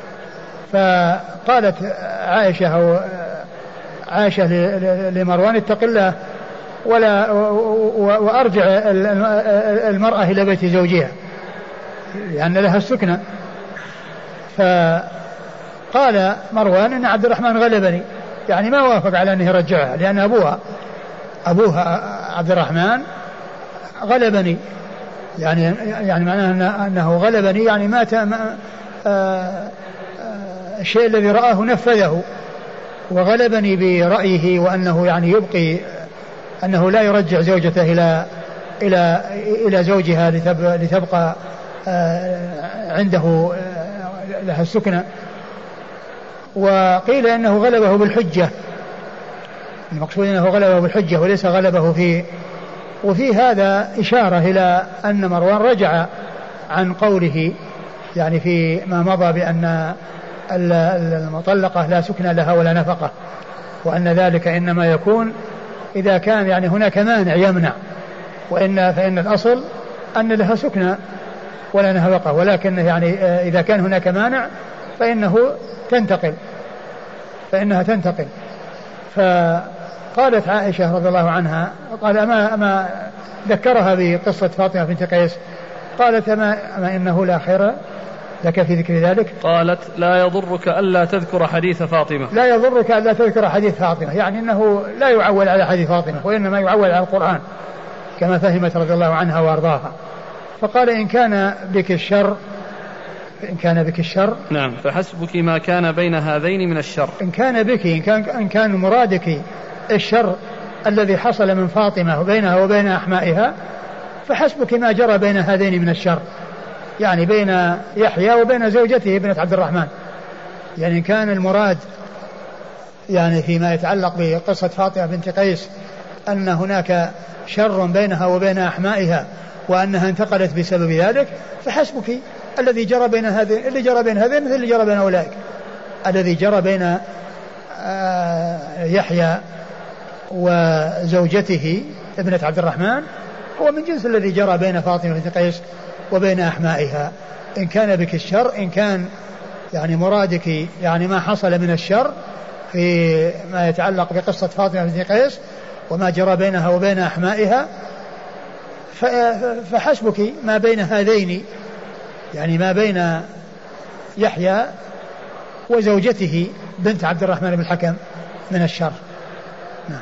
A: فقالت عائشة أو عائشة لمروان اتق الله ولا وأرجع المرأة إلى بيت زوجها لأن لها السكنة. فقال مروان إن عبد الرحمن غلبني، يعني ما وافق على أنه يرجعها، لأن أبوها أبوها عبد الرحمن غلبني، يعني يعني معناه أنه غلبني يعني مات الشيء الذي رآه نفذه، وغلبني برأيه وأنه يعني يبقي أنه لا يرجع زوجته إلى إلى إلى زوجها لتبقى عنده لها السكنة. وقيل إنه غلبه بالحجة، المقصود أنه غلبه بالحجة وليس غلبه في. وفي هذا إشارة إلى أن مروان رجع عن قوله يعني في ما مضى بأن المطلقة لا سكن لها ولا نفقة، وأن ذلك إنما يكون إذا كان يعني هناك مانع يمنع، وإن فإن الأصل أن لها سكنى ولا أنها وقع، ولكن يعني إذا كان هناك مانع فإنه تنتقل فإنها تنتقل. فقالت عائشة رضي الله عنها قال أما, أما ذكرها بقصة فاطمة بنت قيس، قالت أما, أما إنه لا خير لك في ذكر ذلك.
B: قالت لا يضرك ألا تذكر حديث فاطمة.
A: لا يضرك ألا تذكر حديث فاطمة، يعني أنه لا يعول على حديث فاطمة وإنما يعول على القرآن كما فهمت رضي الله عنها وأرضاها. فقال إن كان بك الشر إن كان بك الشر
B: نعم فحسبك ما كان بين هذين من الشر.
A: إن كان بك إن كان, إن كان مرادك الشر الذي حصل من فاطمة وبينها وبين أحمائها فحسبك ما جرى بين هذين من الشر، يعني بين يحيى وبين زوجته ابنة عبد الرحمن. يعني كان المراد يعني فيما يتعلق بقصة فاطمة بنت قيس أن هناك شر بينها وبين أحمائها وأنها انتقلت بسبب ذلك، فحسبك الذي جرى بين هذين اللي جرى بين هذين مثل اللي جرى بين أولئك. الذي جرى بين يحيى وزوجته ابنة عبد الرحمن هو من جنس الذي جرى بين فاطمة بنت قيس وبين أحمائها. إن كان بك الشر إن كان يعني مرادك يعني ما حصل من الشر في ما يتعلق بقصة فاطمة بنت قيس وما جرى بينها وبين أحمائها فحسبك ما بين هذين، يعني ما بين يحيى وزوجته بنت عبد الرحمن بن الحكم من الشر. نعم.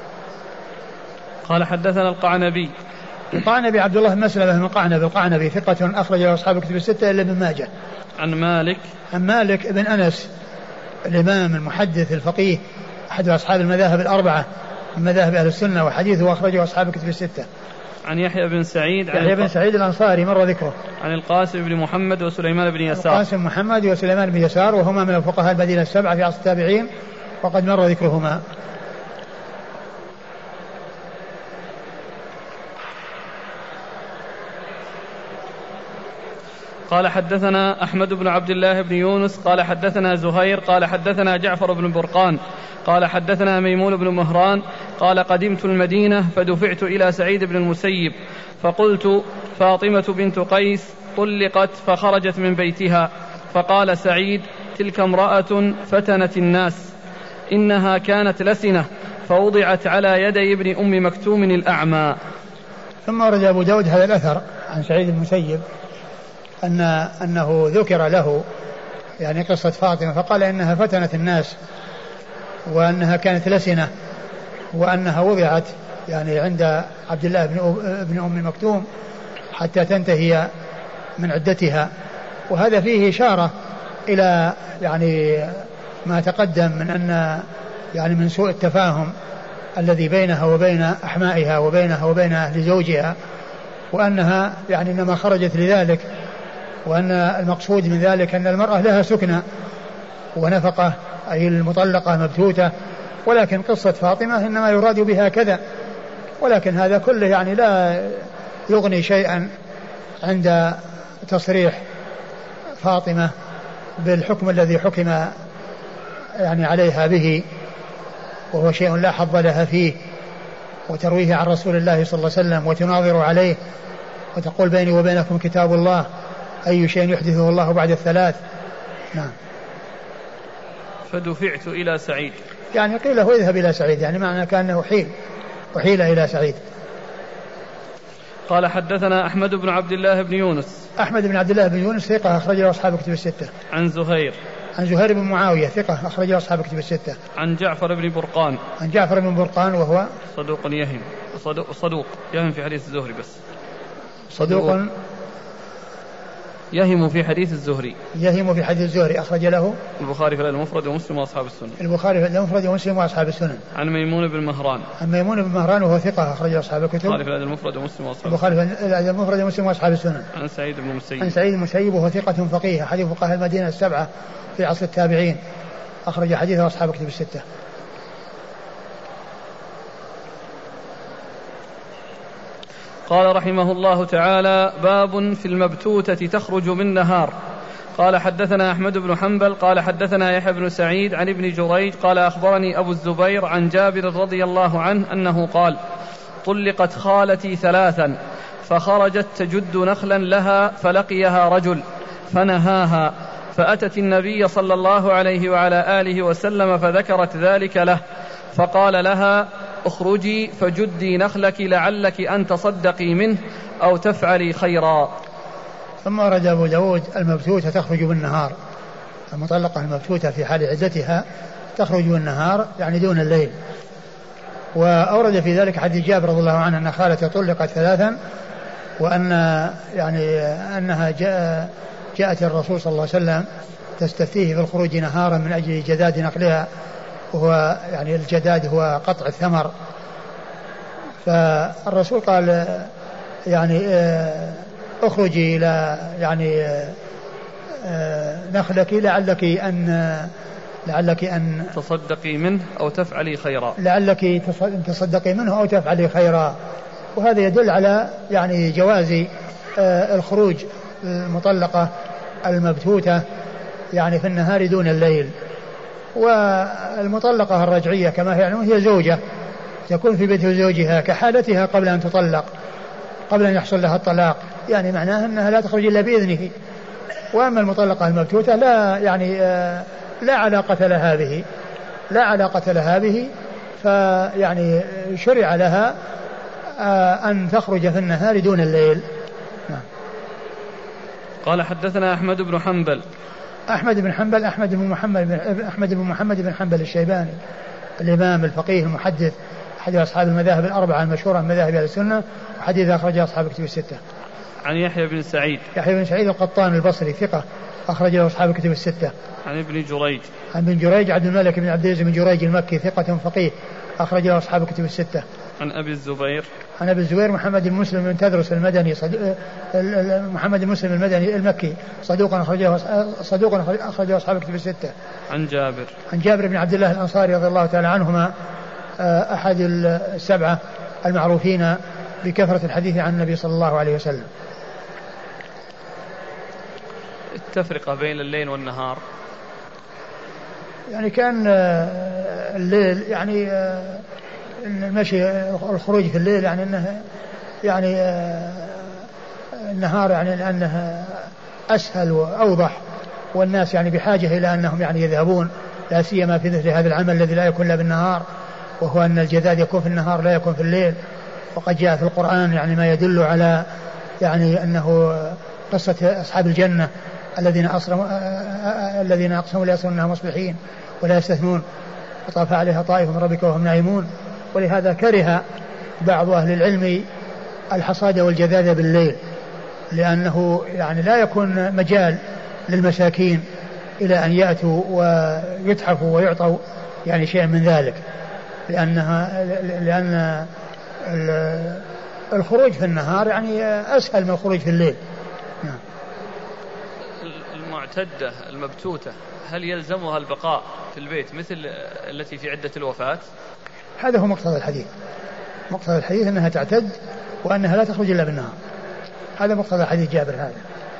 B: قال حدثنا القعنبي.
A: القعنبي عبد الله بن مسلمة بن القعنبي القعنبي ثقة أخرج له أصحاب الكتب الستة إلا ابن ماجه.
B: عن مالك
A: عن مالك بن أنس الإمام المحدث الفقيه أحد أصحاب المذاهب الأربعة من مذاهب أهل السنة، وحديثه أخرجه أصحاب الكتب الستة.
B: عن يحيى بن سعيد
A: يحيى بن سعيد الأنصاري مر ذكره.
B: عن القاسم بن محمد وسليمان بن يسار.
A: القاسم محمد وسليمان بن يسار وهما من الفقهاء المدينة السبعة في عصر التابعين وقد مر ذكرهما.
B: قال حدثنا أحمد بن عبد الله بن يونس قال حدثنا زهير قال حدثنا جعفر بن برقان قال حدثنا ميمون بن مهران قال قدمت المدينة فدفعت إلى سعيد بن المسيب فقلت فاطمة بنت قيس طلقت فخرجت من بيتها، فقال سعيد تلك امرأة فتنت الناس إنها كانت لسنة فوضعت على يدي ابن أم مكتوم الأعمى.
A: ثم ورد أبو داود هذا الأثر عن سعيد بن المسيب أن أنه ذكر له يعني قصة فاطمة فقال إنها فتنت الناس وأنها كانت لسنة وأنها وضعت يعني عند عبد الله بن أم مكتوم حتى تنتهي من عدتها. وهذا فيه إشارة إلى يعني ما تقدم من أن يعني من سوء التفاهم الذي بينها وبين أحمائها وبينها وبين أهل زوجها، وأنها يعني إنما خرجت لذلك، وأن المقصود من ذلك أن المرأة لها سكنى ونفقة أي المطلقة مبتوتة، ولكن قصة فاطمة إنما يراد بها كذا، ولكن هذا كله يعني لا يغني شيئا عند تصريح فاطمة بالحكم الذي حكم يعني عليها به، وهو شيء لا حظ لها فيه، وترويه عن رسول الله صلى الله عليه وسلم وتناظر عليه وتقول بيني وبينكم كتاب الله أي شيء يحدثه الله بعد الثلاث. نعم.
B: فدفعت إلى سعيد
A: يعني قيل له اذهب إلى سعيد، يعني معنى كأنه حيل وحيل إلى سعيد.
B: قال حدثنا أحمد بن عبد الله بن يونس.
A: أحمد بن عبد الله بن يونس ثقة أخرجه أصحاب الكتب الستة.
B: عن زهير
A: عن زهير بن معاوية ثقة أخرجه أصحاب الكتب الستة.
B: عن جعفر بن برقان
A: عن جعفر بن برقان وهو
B: صدوق يهم صدوق, صدوق يهم في حديث الزهري بس
A: صدوق
B: يهم في حديث الزهري
A: يهم في حديث الزهري أخرج له
B: البخاري في المفرد ومسلم وأصحاب السنن.
A: البخاري في المفرد ومسلم وأصحاب السنن.
B: عن ميمون بن مهران
A: عن ميمون بن مهران وهو ثقة أخرج أصحاب الكتب.
B: البخاري في المفرد ومسلم وأصحاب
A: البخاري في المفرد ومسلم وأصحاب السنن.
B: عن سعيد بن المسيب
A: عن سعيد المسيب وهو ثقة فقيه حديث فقهاء المدينة السبعة في عصر التابعين أخرج حديثه أصحاب الكتب الستة.
B: قال رحمه الله تعالى باب في المبتوتة تخرج من نهار. قال حدثنا أحمد بن حنبل قال حدثنا يحيى بن سعيد عن ابن جريج قال أخبرني أبو الزبير عن جابر رضي الله عنه أنه قال طلقت خالتي ثلاثا فخرجت تجد نخلا لها فلقيها رجل فنهاها، فأتت النبي صلى الله عليه وعلى آله وسلم فذكرت ذلك له، فقال لها اخرجي فجدي نخلك لعلك أن تصدقي منه أو تفعلي خيرا.
A: ثم ورد أبو داود المبتوتة تخرج بالنهار، المطلقة المبتوتة في حال عدتها تخرج بالنهار يعني دون الليل. وأورد في ذلك حديث جابر رضي الله عنه أن خالته طلقت ثلاثا، وأن يعني أنها جاء جاءت الرسول صلى الله عليه وسلم تستفتيه في الخروج نهارا من أجل جداد نقلها، وهو يعني الجداد هو قطع الثمر. فالرسول قال يعني اخرجي إلى يعني نخلك لعلك أن لعلك أن
B: تصدقي منه أو تفعلي خيرا
A: لعلك تصدقي منه أو تفعلي خيرا. وهذا يدل على يعني جواز الخروج المطلقة المبتوتة يعني في النهار دون الليل. والمطلقة الرجعية كما هي هي زوجة تكون في بيت زوجها كحالتها قبل أن تطلق، قبل أن يحصل لها الطلاق، يعني معناه أنها لا تخرج إلا بإذنه. وأما المطلقة المبتوتة لا يعني لا علاقة لها به لا علاقة لها به فيعني شرع لها أن تخرج في النهار دون الليل. نعم.
B: قال حدثنا أحمد بن حنبل
A: أحمد بن حنبل أحمد بن محمد بن أحمد بن محمد بن حنبل الشيباني الإمام الفقيه المحدث أحد أصحاب المذاهب الأربعة المشهورة من مذاهب أهل السنة، وحديث أخرج أصحاب الكتب الستة.
B: عن يحيى بن سعيد
A: يحيى بن سعيد القطان البصري ثقة أخرج له أصحاب الكتب الستة.
B: عن ابن جريج
A: عن ابن جريج عبد الملك بن عبد العزيز بن جريج المكي ثقة فقيه أخرج له أصحاب الكتب الستة.
B: عن أبي الزبير
A: عن أبي الزبير محمد بن مسلم بن تدرس المدني صد... محمد بن مسلم المدني المكي صدوق أخرجه صدوق أخرجه أصحاب الكتب الستة.
B: عن جابر
A: عن جابر بن عبد الله الأنصاري رضي الله تعالى عنهما أحد السبعة المعروفين بكثرة الحديث عن النبي صلى الله عليه وسلم.
B: التفرقة بين الليل والنهار
A: يعني كان الليل يعني المشي الخروج في الليل يعني انه يعني النهار يعني لانه اسهل واوضح، والناس يعني بحاجه الى انهم يعني يذهبون لا سيما في مثل هذا العمل الذي لا يكون الا بالنهار، وهو ان الجداد يكون في النهار لا يكون في الليل. وقد جاء في القرآن يعني ما يدل على يعني انه قصة اصحاب الجنة الذين أصرموا الذين أقسموا لا يصرون مصبحين ولا يستثنون وطاف عليها طائف من ربك وهم نائمون. ولهذا كره بعض أهل العلم الحصاد والجذاذ بالليل، لأنه يعني لا يكون مجال للمساكين إلى أن يأتوا ويتحفوا ويعطوا يعني شيء من ذلك، لأنها لأن الخروج في النهار يعني أسهل من الخروج في الليل. نعم.
B: المعتدة المبتوتة هل يلزمها البقاء في البيت مثل التي في عدة الوفاة؟
A: هذا هو مقتضى الحديث، مقتضى الحديث أنها تعتد وأنها لا تخرج إلا بالنهار، هذا مقتضى حديث جابر هذا.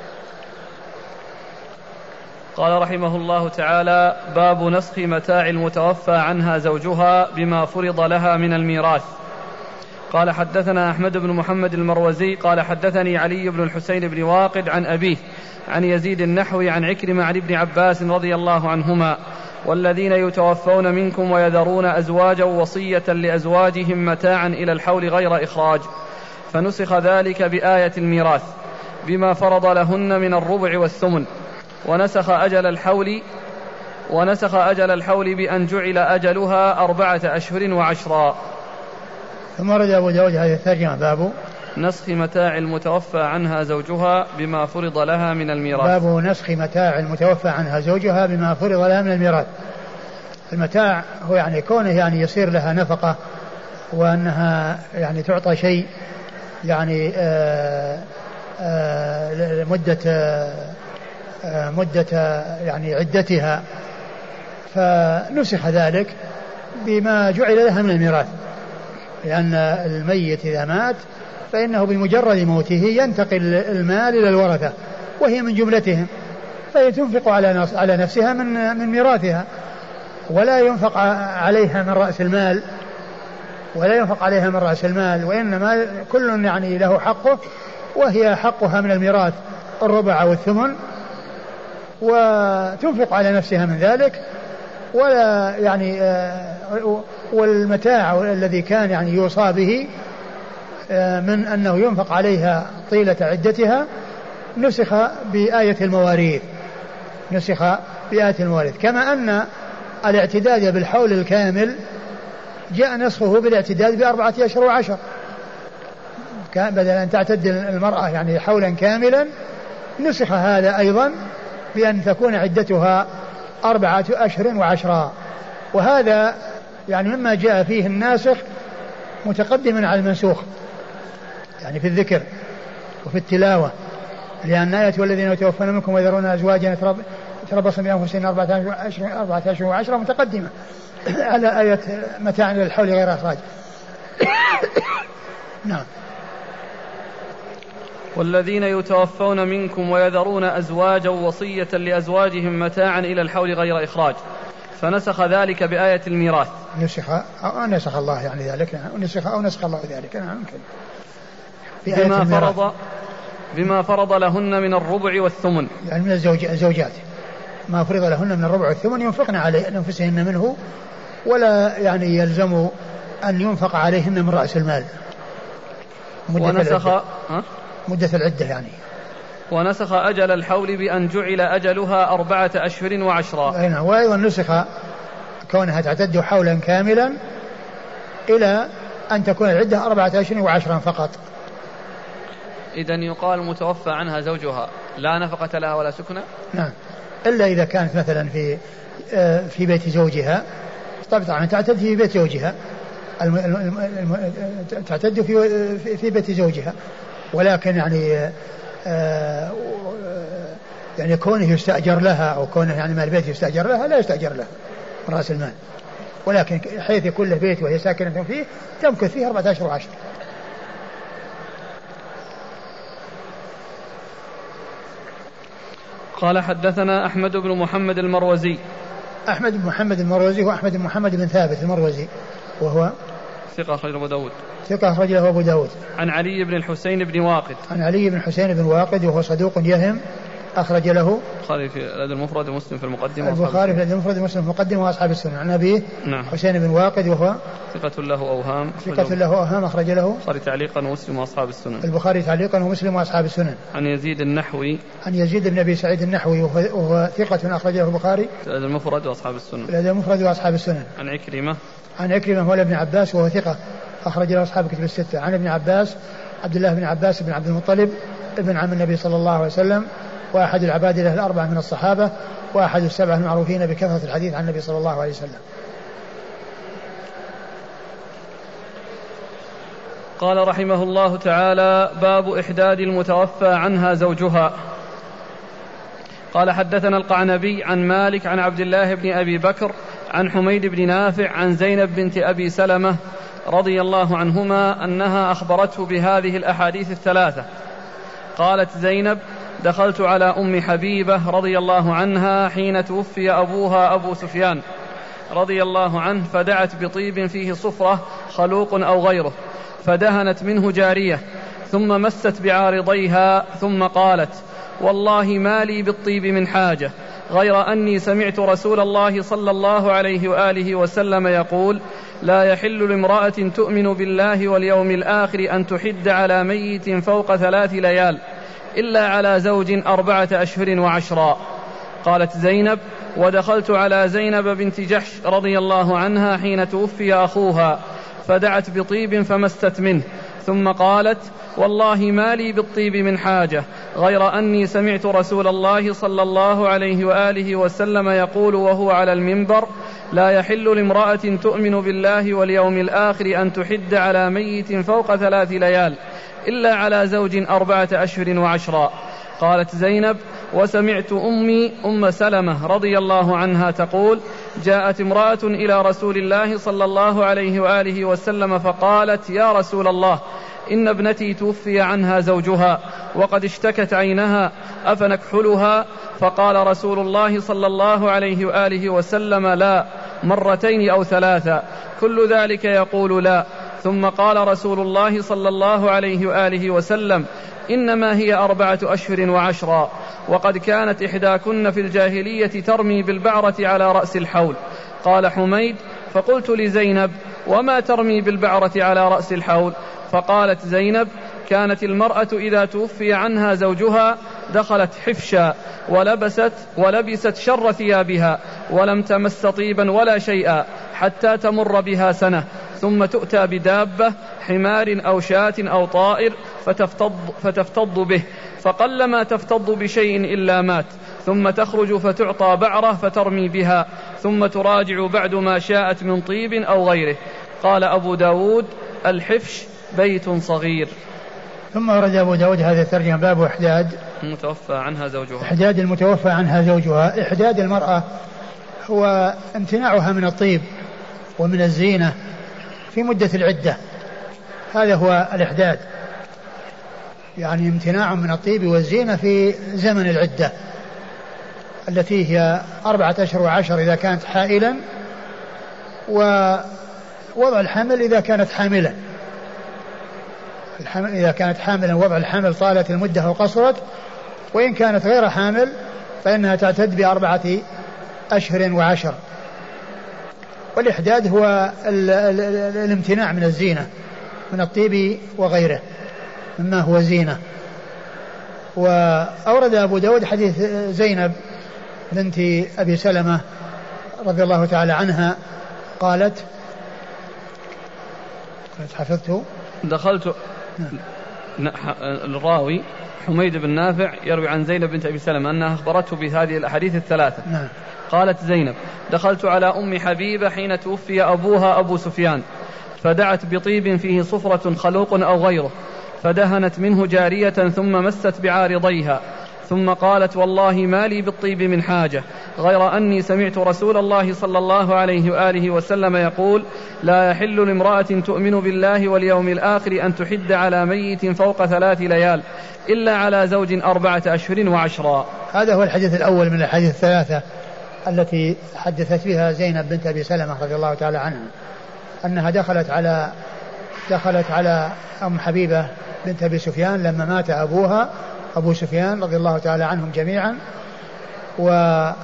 B: قال رحمه الله تعالى: باب نسخ متاع المتوفى عنها زوجها بما فرض لها من الميراث. قال حدثنا أحمد بن محمد المروزي قال حدثني علي بن الحسين بن واقد عن أبيه عن يزيد النحوي عن عكرمة عن ابن عباس رضي الله عنهما: والذين يتوفون منكم ويذرون أزواجا وصية لأزواجهم متاعا إلى الحول غير إخراج، فنسخ ذلك بآية الميراث بما فرض لهن من الربع والثمن، ونسخ أجل الحول ونسخ أجل الحول بأن جعل أجلها أربعة أشهر وعشرا.
A: ثم ورد أبو داود هذه الترجمة: باب
B: نسخ متاع المتوفى عنها زوجها بما فرض لها من الميراث.
A: باب نسخ متاع المتوفى عنها زوجها بما فرض لها من الميراث. المتاع هو يعني كونه يعني يصير لها نفقة، وأنها يعني تعطى شيء يعني آآ آآ مدة آآ مدة يعني عدتها، فنسخ ذلك بما جعل لها من الميراث، لأن الميت إذا مات فإنه بمجرد موته ينتقل المال إلى الورثة وهي من جملتهم، فهي تنفق على نفسها من من ميراثها، ولا ينفق عليها من رأس المال ولا ينفق عليها من رأس المال، وإنما كل يعني له حقه، وهي حقها من الميراث الربع أو الثمن، وتنفق على نفسها من ذلك، ولا يعني والمتاع الذي كان يعني يوصى به من أنه ينفق عليها طيلة عدتها نسخ بآية المواريث، نسخ بآية المواريث. كما أن الاعتداد بالحول الكامل جاء نسخه بالاعتداد بأربعة أشهر وعشر، بدل أن تعتد المرأة يعني حولا كاملا نسخ هذا أيضا بأن تكون عدتها أربعة أشهر وعشرة. وهذا يعني مما جاء فيه الناسخ متقدم على المنسوخ يعني في الذكر وفي التلاوة، لأن آية والذين يتوفون منكم ويذرون أزواجا يتربصن بأنفسهن أربعة أشهر وعشرة متقدمة على آية متاع للحول غير إخراج. نعم.
B: والذين يتوفون منكم ويذرون أزواجا وصية لأزواجهم متاعا إلى الحول غير إخراج، فنسخ ذلك بآية الميراث.
A: نسخ أو نسخ الله يعني ذلك، نسخ أو نسخ الله ذلك. نعم ممكن.
B: بما فرض بما فرض لهن من الربع والثمن،
A: يعني من الزوجات ما فرض لهن من الربع والثمن ينفقن على أنفسهن منه، ولا يعني يلزم أن ينفق عليهن من رأس المال.
B: ونسخ
A: العدة. مدة العدة يعني.
B: ونسخ أجل الحول بأن جعل أجلها أربعة أشهر وعشرة.
A: وأيضا نسخ كونها تعتد حولا كاملا إلى أن تكون العدة أربعة أشهر وعشرة فقط.
B: إذن يقال متوفى عنها زوجها لا نفقة لها ولا سكنة؟
A: نعم، إلا إذا كانت مثلا في في بيت زوجها، طبعا تعتد في بيت زوجها، تعتد في في بيت زوجها، ولكن يعني يعني كونه يستأجر لها أو كونه يعني ما البيت يستأجر لها لا يستأجر لها رأس المال، ولكن حيث يكون له بيت وهي ساكنة فيه تمكث فيه أربعة أشهر وعشر.
B: قال حدثنا أحمد بن محمد المروزي.
A: أحمد بن محمد المروزي هو أحمد بن محمد بن ثابت المروزي، وهو
B: ثقة أخرجه أبو داود.
A: ثقة أخرجه أبو داود.
B: عن علي بن الحسين بن واقد.
A: عن علي بن الحسين بن واقد وهو صدوق يهم، أخرج له
B: البخاري في الأدب المفرد ومسلم في المقدمة.
A: البخاري في الأدب المفرد ومسلم في المقدمة وأصحاب السنن. عن أبيه
B: نعم.
A: حسين بن واقد وهو
B: ثقة له أوهام.
A: ثقة له أوهام، أخرج له
B: البخاري تعليقا ومسلم وأصحاب السنن.
A: البخاري تعليقا ومسلم وأصحاب السنن.
B: عن يزيد النحوي.
A: عن يزيد بن أبي سعيد النحوي وهو ثقة أخرج له البخاري
B: في الأدب المفرد وأصحاب السنن.
A: الأدب المفرد وأصحاب السنن.
B: عن عكرمة.
A: عن عكرمة مولى ابن عباس وهو ثقة أخرج له أصحاب كتب الستة. عن ابن عباس عبد الله بن عباس بن عبد المطلب ابن عم النبي صلى الله عليه وسلم، وأحد العبادلة الأربعة من الصحابة، وأحد السبعة المعروفين بكثرة الحديث عن النبي صلى الله عليه وسلم.
B: قال رحمه الله تعالى: باب إحداد المتوفى عنها زوجها. قال حدثنا القعنبي عن مالك عن عبد الله بن أبي بكر عن حميد بن نافع عن زينب بنت أبي سلمة رضي الله عنهما أنها أخبرته بهذه الأحاديث الثلاثة. قالت زينب: دخلت على أم حبيبة رضي الله عنها حين توفي أبوها أبو سفيان رضي الله عنه، فدعت بطيب فيه صفرة خلوق أو غيره، فدهنت منه جارية، ثم مست بعارضيها، ثم قالت: والله ما لي بالطيب من حاجة، غير أني سمعت رسول الله صلى الله عليه وآله وسلم يقول: لا يحل لامرأة تؤمن بالله واليوم الآخر أن تحد على ميت فوق ثلاث ليال إلا على زوج أربعة أشهر وعشرا. قالت زينب: ودخلت على زينب بنت جحش رضي الله عنها حين توفي أخوها، فدعت بطيب فمست منه، ثم قالت: والله ما لي بالطيب من حاجة، غير أني سمعت رسول الله صلى الله عليه وآله وسلم يقول وهو على المنبر: لا يحل لامرأة تؤمن بالله واليوم الآخر أن تحد على ميت فوق ثلاث ليال إلا على زوج أربعة أشهر وعشرا. قالت زينب: وسمعت أمي أم سلمة رضي الله عنها تقول: جاءت امرأة إلى رسول الله صلى الله عليه وآله وسلم فقالت: يا رسول الله، إن ابنتي توفي عنها زوجها وقد اشتكت عينها، أفنكحلها؟ فقال رسول الله صلى الله عليه وآله وسلم: لا، مرتين أو ثلاثا، كل ذلك يقول لا، ثم قال رسول الله صلى الله عليه وآله وسلم إنما هي أربعة أشهر وعشرا وقد كانت إحداكن في الجاهلية ترمي بالبعرة على رأس الحول. قال حميد فقلت لزينب وما ترمي بالبعرة على رأس الحول؟ فقالت زينب كانت المرأة إذا توفي عنها زوجها دخلت حفشا ولبست, ولبست شر ثيابها ولم تمس طيبا ولا شيئا حتى تمر بها سنة ثم تؤتى بدابة حمار أو شاة أو طائر فتفتض, فتفتض به فقلما تفتض بشيء إلا مات ثم تخرج فتعطى بعرة فترمي بها ثم تراجع بعد ما شاءت من طيب أو غيره. قال أبو داود الحفش بيت صغير.
A: ثم ورد أبو داود هذا الترجمة باب إحداد
B: المتوفى عنها زوجها
A: إحداد المتوفى عنها زوجها. إحداد المرأة هو امتناعها من الطيب ومن الزينة في مدة العدة، هذا هو الإحداد، يعني امتناع من الطيب والزينة في زمن العدة التي هي أربعة أشهر وعشر إذا كانت حائلا، ووضع الحمل إذا كانت حاملا. الحمل إذا كانت حاملا وضع الحمل طالت المدة أو قصرت، وإن كانت غير حامل فإنها تعتد بأربعة أشهر وعشر. والإحداد هو ال ال ال الامتناع من الزينة من الطيب وغيره مما هو زينة. وأورد أبو داود حديث زينب بنت أبي سلمة رضي الله تعالى عنها قالت حفظته
B: دخلت الراوي حميد بن نافع يروي عن زينب بنت أبي سلمة أنها أخبرته بهذه الأحاديث الثلاثة.
A: نعم.
B: قالت زينب دخلت على أم حبيبة حين توفي أبوها أبو سفيان فدعت بطيب فيه صفرة خلوق أو غيره فدهنت منه جارية ثم مست بعارضيها ثم قالت والله ما لي بالطيب من حاجة غير أني سمعت رسول الله صلى الله عليه وآله وسلم يقول لا يحل لامرأة تؤمن بالله واليوم الآخر أن تحد على ميت فوق ثلاث ليال إلا على زوج أربعة أشهر وعشرا.
A: هذا هو الحديث الأول من الحديث الثلاثة التي حدثت بها زينب بنت أبي سلمة رضي الله تعالى عنها أنها دخلت على دخلت على أم حبيبة بنت أبي سفيان لما مات أبوها أبو سفيان رضي الله تعالى عنهم جميعا، ودعت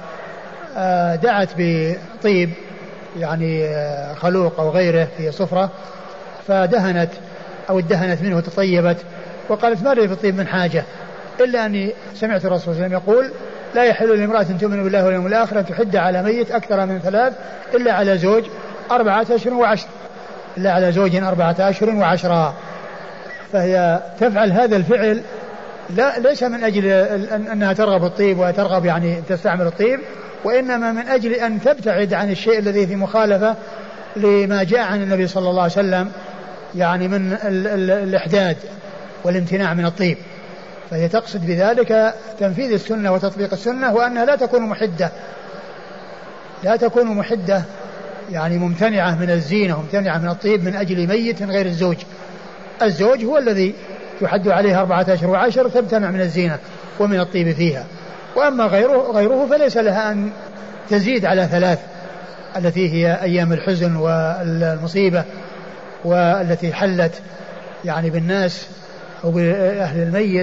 A: بطيب يعني خلوق أو غيره في صفرة فدهنت أو ادهنت منه تطيبت، وقالت ما لي بالطيب من حاجة إلا أني سمعت الرسول صلى الله عليه وسلم يقول لا يحل لامرأة تؤمن بالله واليوم الآخر أن تحد على ميت أكثر من ثلاث إلا على زوج أربعة أشهر وعشر إلا على زوج أربعة أشهر وعشرة. فهي تفعل هذا الفعل لا ليس من أجل أنها ترغب الطيب وترغب يعني تستعمل الطيب، وإنما من أجل أن تبتعد عن الشيء الذي في مخالفة لما جاء عن النبي صلى الله عليه وسلم يعني من ال ال الإحداد والامتناع من الطيب. فهي تقصد بذلك تنفيذ السنة وتطبيق السنة، وأنها لا تكون محدة لا تكون محدة يعني ممتنعة من الزينة وممتنعة من الطيب من أجل ميت غير الزوج. الزوج هو الذي يحد عليه أربعة أشهر وعشر تمتنع من الزينة ومن الطيب فيها، وأما غيره, غيره فليس لها أن تزيد على ثلاث التي هي أيام الحزن والمصيبة والتي حلت يعني بالناس أو بأهل الميت.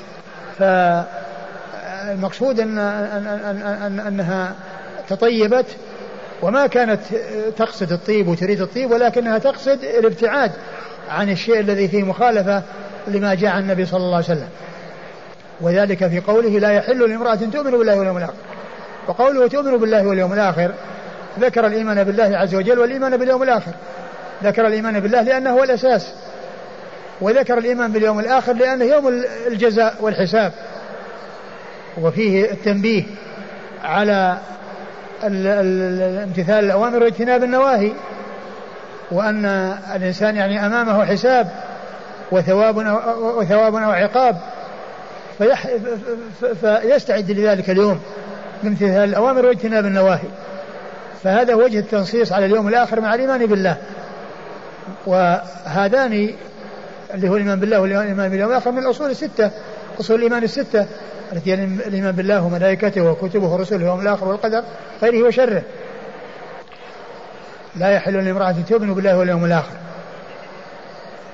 A: فالمقصود أن أن أن أن أنها تطيبت وما كانت تقصد الطيب وتريد الطيب، ولكنها تقصد الابتعاد عن الشيء الذي فيه مخالفة لما جاء عن النبي صلى الله عليه وسلم، وذلك في قوله لا يحل لامرأة تؤمن بالله واليوم الآخر. وقوله تؤمن بالله واليوم الآخر ذكر الإيمان بالله عز وجل والإيمان باليوم الآخر، ذكر الإيمان بالله لأنه هو الأساس، وذكر الإيمان باليوم الآخر لأنه يوم الجزاء والحساب، وفيه التنبيه على امتثال الأوامر واجتناب النواهي، وأن الإنسان يعني أمامه حساب وثواب وثواب وعقاب، فيستعد لذلك اليوم بامتثال الأوامر واجتناب النواهي. فهذا وجه التنصيص على اليوم الآخر مع الإيمان بالله. وهذان اللي هو الإيمان بالله والإيمان باليوم الآخر من الأصول الستة، أصول الإيمان الستة التي هي الإيمان بالله وملائكته وكتبه ورسله واليوم الآخر والقدر خيره وشره. لا يحل لامرأة تؤمن بالله واليوم الآخر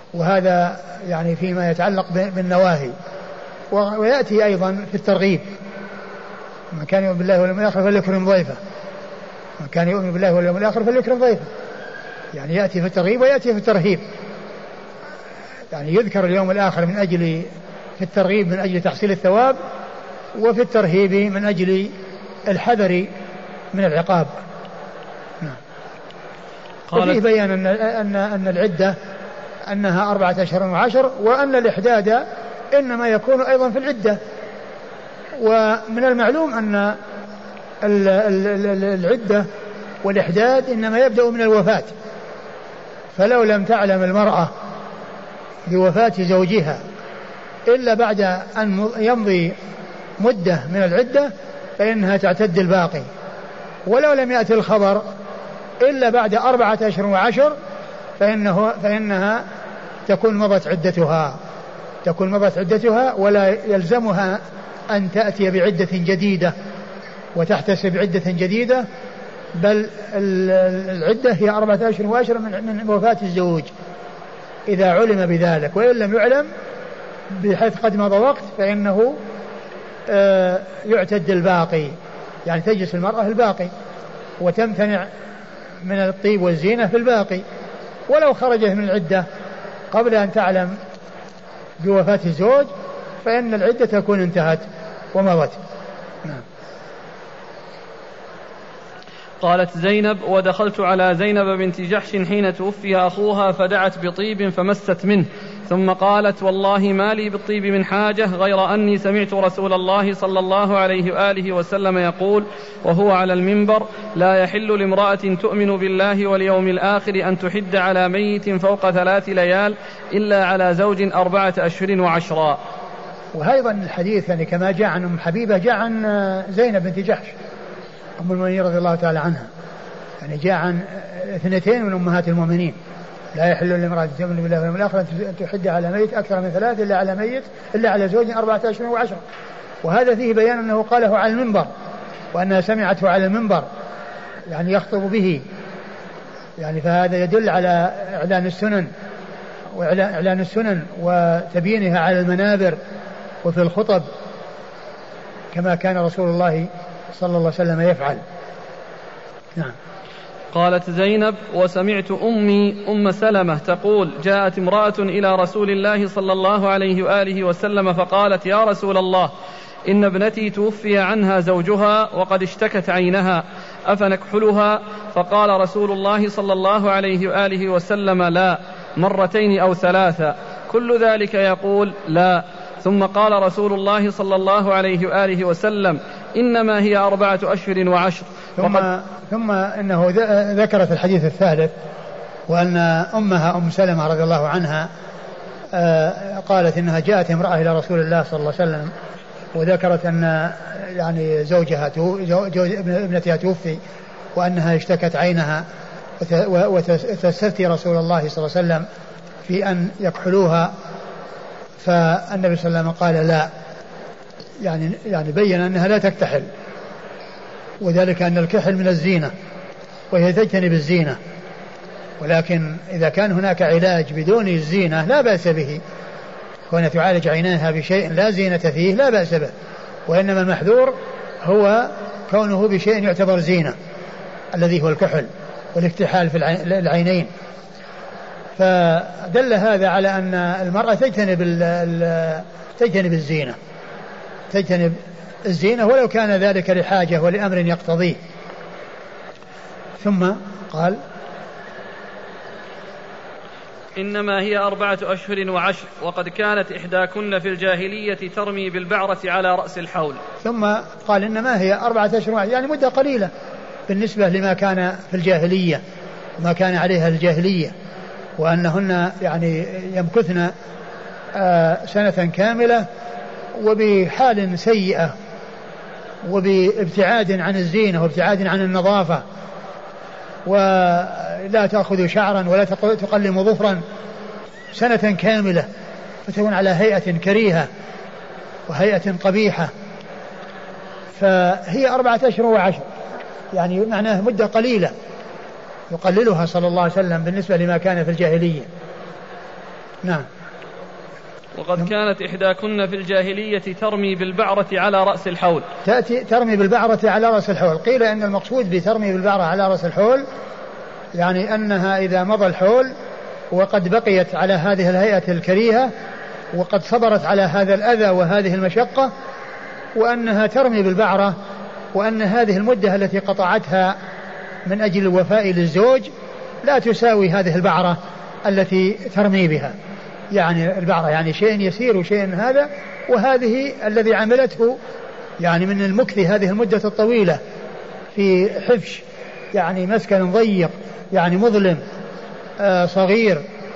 A: وهذا يعني فيما يتعلق بالنواهي. ويأتي أيضا في الترغيب: من كان يؤمن بالله واليوم الآخر فليكرم ضيفه، من كان يؤمن بالله واليوم الآخر فليكرم ضيفه. يعني يأتي في الترغيب ويأتي في الترهيب، يعني يذكر اليوم الآخر من أجل في الترغيب من أجل تحصيل الثواب، وفي الترهيب من أجل الحذر من العقاب. نعم. وفيه بيان أن, أن, أن العدة أنها أربعة أشهر وعشر، وأن الإحداد إنما يكون أيضا في العدة. ومن المعلوم أن العدة والإحداد إنما يبدأ من الوفاة، فلو لم تعلم المرأة بوفاة زوجها إلا بعد أن يمضي مدة من العدة فإنها تعتد الباقي، ولو لم يأتي الخبر إلا بعد أربعة أشهر وعشر فإنه فإنها تكون مضت عدتها تكون مضت عدتها ولا يلزمها أن تأتي بعدة جديدة وتحتسب عدة جديدة، بل العدة هي أربعة أشهر وعشر من وفاة الزوج إذا علم بذلك. وإن لم يعلم بحيث قد مضى وقت فإنه يعتد الباقي، يعني تجلس المرأة الباقي وتمتنع من الطيب والزينة في الباقي. ولو خرجت من العدة قبل أن تعلم بوفاة الزوج فإن العدة تكون انتهت ومضت. نعم.
B: قالت زينب: ودخلت على زينب بنت جحش حين توفي أخوها فدعت بطيب فمست منه، ثم قالت: والله ما لي بالطيب من حاجة غير أني سمعت رسول الله صلى الله عليه وآله وسلم يقول وهو على المنبر: لا يحل لامرأة تؤمن بالله واليوم الآخر أن تحد على ميت فوق ثلاث ليال إلا على زوج أربعة أشهر وعشرا.
A: وأيضا الحديث يعني كما جاء عن أم حبيبة جاء عن زينب بنت جحش أم المؤمنين رضي الله تعالى عنها، يعني جاء عن اثنتين من أمهات المؤمنين: لا يحل لامرأة تؤمن بالله واليوم الآخر أن تحد على ميت أكثر من ثلاث إلا على ميت إلا على زوج أربعة أشهر وعشرة. وهذا فيه بيان أنه قاله على المنبر وأنها سمعته على المنبر يعني يخطب به، يعني فهذا يدل على إعلان السنن وإعلان السنن وتبيينها على المنابر وفي الخطب كما كان رسول الله صلى الله عليه وسلم يفعل. نعم.
B: قالت زينب: وسمعت أمي أم سلمة تقول: جاءت امرأة إلى رسول الله صلى الله عليه وآله وسلم فقالت: يا رسول الله، إن ابنتي توفي عنها زوجها وقد اشتكت عينها أفنكحلها؟ فقال رسول الله صلى الله عليه وآله وسلم: لا، مرتين أو ثلاثة. كل ذلك يقول: لا. ثم قال رسول الله صلى الله عليه وآله وسلم: إنما هي أربعة أشهر وعشر.
A: ثم, ثم إنه ذكرت الحديث الثالث، وأن أمها أم سلمة رضي الله عنها قالت إنها جاءت امرأة إلى رسول الله صلى الله عليه وسلم وذكرت أن يعني زوجها زوج ابنتها توفي وأنها اشتكت عينها وتستفتي رسول الله صلى الله عليه وسلم في أن يكحلوها، فالنبي صلى الله عليه وسلم قال: لا، يعني يعني بين أنها لا تكتحل، وذلك أن الكحل من الزينة وهي تجتنب الزينة، ولكن إذا كان هناك علاج بدون الزينة لا بأس به، كونها تعالج عينيها بشيء لا زينة فيه لا بأس به، وإنما المحذور هو كونه بشيء يعتبر زينة الذي هو الكحل والاكتحال في العينين. فدل هذا على أن المرأة تجتنب تجتنب الزينة تجتنب الزينة ولو كان ذلك لحاجة ولأمر يقتضيه. ثم قال:
B: إنما هي أربعة أشهر وعشر، وقد كانت إحداكن في الجاهلية ترمي بالبعرة على رأس الحول.
A: ثم قال: إنما هي أربعة أشهر وعشر، يعني مدة قليلة بالنسبة لما كان في الجاهلية وما كان عليها الجاهلية، وأنهن يعني يمكثن سنة كاملة وبحال سيئة وبابتعاد عن الزينة وابتعاد عن النظافة، ولا تأخذ شعرا ولا تقلم ظفرا سنة كاملة، فتكون على هيئة كريهة وهيئة قبيحة. فهي أربعة أشهر وعشر، يعني معناه مدة قليلة يقللها صلى الله عليه وسلم بالنسبة لما كان في الجاهلية. نعم.
B: وقد كانت إحداكن في الجاهلية ترمي بالبعرة على رأس الحول.
A: تأتي ترمي بالبعرة على رأس الحول. قيل إن المقصود بترمي بالبعرة على رأس الحول يعني أنها إذا مضى الحول وقد بقيت على هذه الهيئة الكريهة وقد صبرت على هذا الأذى وهذه المشقة وأنها ترمي بالبعرة، وأن هذه المدة التي قطعتها من أجل الوفاء للزوج لا تساوي هذه البعرة التي ترمي بها. يعني البعرة يعني شيء يسير وشيء هذا، وهذه الذي عملته يعني من المكث هذه المدة الطويلة في حفش يعني مسكن ضيق يعني مظلم آه صغير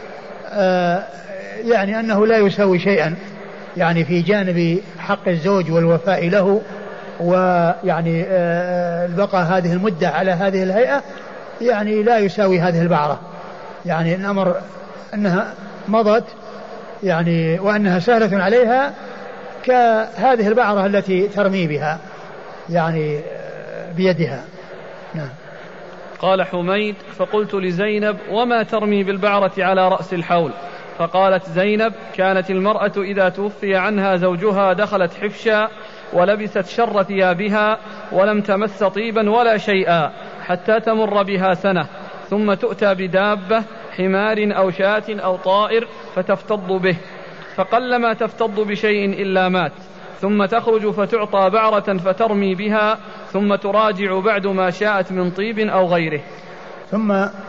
A: آه يعني أنه لا يساوي شيئا يعني في جانب حق الزوج والوفاء له، ويعني آه البقاء هذه المدة على هذه الهيئة يعني لا يساوي هذه البعرة. يعني الأمر أنها مضت يعني وأنها سهلة عليها كهذه البعرة التي ترمي بها يعني بيدها. نعم.
B: قال حميد: فقلت لزينب: وما ترمي بالبعرة على رأس الحول؟ فقالت زينب: كانت المرأة إذا توفي عنها زوجها دخلت حفشا ولبست شر ثيابها ولم تمس طيبا ولا شيئا حتى تمر بها سنة، ثم تؤتى بدابة حمار أو شاة أو طائر فتفتض به، فقلما تفتض بشيء إلا مات، ثم تخرج فتعطى بعرة فترمي بها، ثم تراجع بعد ما شاءت من طيب أو غيره.
A: ثم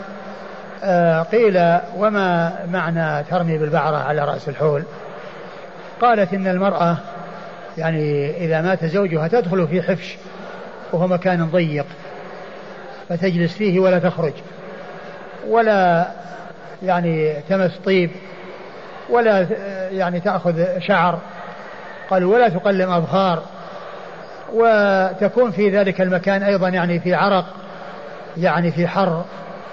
A: آه قيل: وما معنى ترمي بالبعرة على رأس الحول؟ قالت إن المرأة يعني إذا مات زوجها تدخل في حفش وهو مكان ضيق فتجلس فيه ولا تخرج ولا يعني تمس طيب ولا يعني تأخذ شعر، قالوا ولا تقلم أظفار، وتكون في ذلك المكان أيضا يعني في عرق يعني في حر،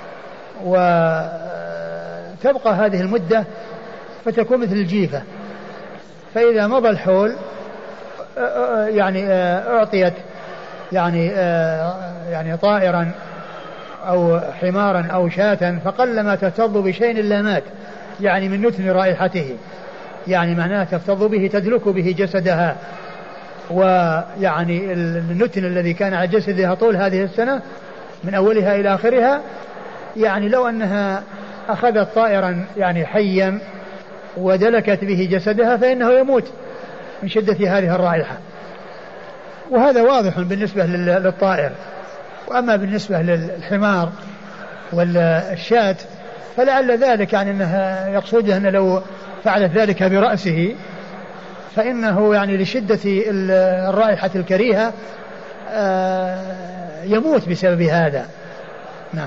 A: وتبقى هذه المدة فتكون مثل الجيفة. فإذا مضى الحول يعني أعطيت يعني يعني طائرا أو حمارا أو شاة، فقلما تفتض بشيء إلا مات، يعني من نتن رائحته، يعني معناه تفتض به تدلك به جسدها، ويعني النتن الذي كان على جسدها طول هذه السنة من أولها إلى آخرها، يعني لو أنها أخذت طائرا يعني حيا ودلكت به جسدها فإنه يموت من شدة هذه الرائحة. وهذا واضح بالنسبة للطائر. وأما بالنسبة للحمار والشاة فلعل ذلك يعني أنها يقصده أن لو فعلت ذلك برأسه فإنه يعني لشدة الرائحة الكريهة يموت بسبب هذا. نعم.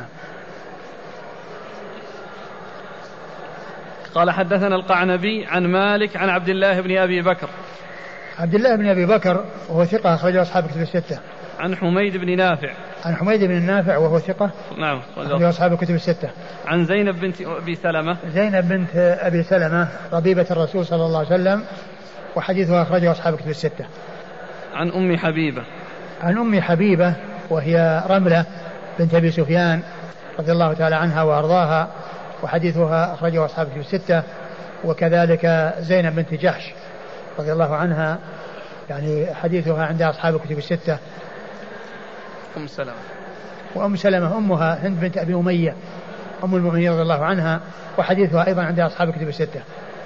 B: قال: حدثنا القعنبي عن مالك عن عبد الله بن أبي بكر.
A: عبد الله بن أبي بكر وهو ثقة أخرجه أصحاب الكتب الستة.
B: عن حميد بن نافع.
A: عن حميد بن النافع وهو ثقة.
B: نعم.
A: أخرجه أصحاب الكتب الستة.
B: عن زينب بنت أبي سلمة.
A: زينب بنت أبي سلمة ربيبة الرسول صلى الله عليه وسلم، وحديثها أخرجه أصحاب الكتب الستة.
B: عن أم حبيبة.
A: عن أم حبيبة وهي رملة بنت أبي سفيان رضي الله تعالى عنها وأرضاها، وحديثها أخرجه أصحاب الكتب الستة. وكذلك زينب بنت جحش رضي الله عنها، يعني حديثها عند أصحاب الكتب الستة.
B: أم سلمة.
A: وأم سلمة أمها هند بنت أبي أمية أم المؤمنين رضي الله عنها، وحديثها أيضا عند أصحاب الكتب الستة.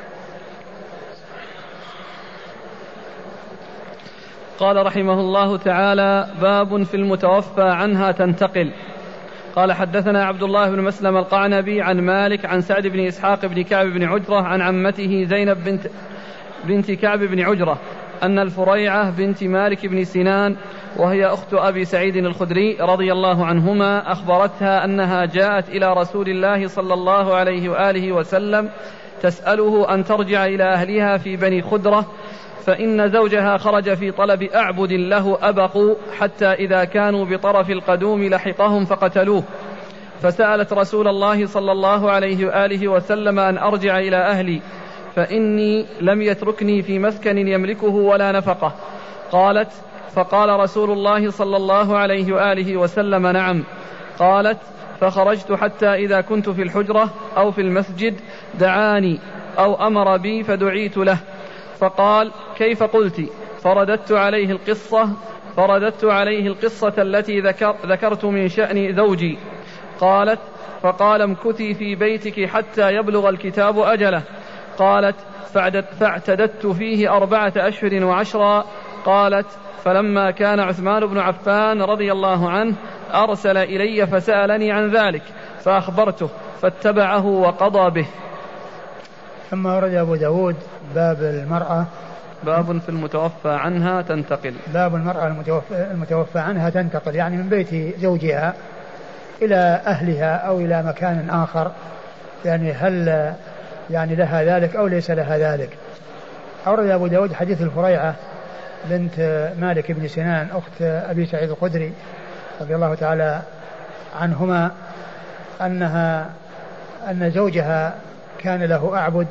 B: قال رحمه الله تعالى: باب في المتوفى عنها تنتقل. قال: حدثنا عبد الله بن مسلم القعنبي عن مالك عن سعد بن إسحاق بن كعب بن عجرة عن عمته زينب بنت, بنت كعب بن عجرة أن الفريعة بنت مالك بن سنان وهي أخت أبي سعيد الخدري رضي الله عنهما أخبرتها أنها جاءت إلى رسول الله صلى الله عليه وآله وسلم تسأله أن ترجع إلى أهلها في بني خدرة، فإن زوجها خرج في طلب أعبد له أبقوا حتى إذا كانوا بطرف القدوم لحقهم فقتلوه، فسألت رسول الله صلى الله عليه وآله وسلم أن أرجع إلى أهلي فإني لم يتركني في مسكن يملكه ولا نفقه. قالت: فقال رسول الله صلى الله عليه وآله وسلم: نعم. قالت: فخرجت حتى إذا كنت في الحجرة أو في المسجد دعاني أو أمر بي فدعيت له فقال كيف قلت؟ فرددت عليه القصة فرددت عليه القصة التي ذكر ذكرت من شأن زوجي. قالت فقال امكثي في بيتك حتى يبلغ الكتاب أجله. قالت فاعتددت فيه أربعة أشهر وعشرا. قالت فلما كان عثمان بن عفان رضي الله عنه أرسل إلي فسألني عن ذلك فأخبرته فاتبعه وقضى به.
A: ثم ورد أبو داود باب المرأة
B: باب في المتوفى عنها تنتقل
A: باب المرأة المتوفى, المتوفى عنها تنتقل يعني من بيت زوجها إلى أهلها أو إلى مكان آخر، يعني هل يعني لها ذلك أو ليس لها ذلك. أورد أبو داود حديث الفريعة بنت مالك بن سنان أخت أبي سعيد الخدري رضي الله تعالى عنهما أنها أن زوجها كان له أعبد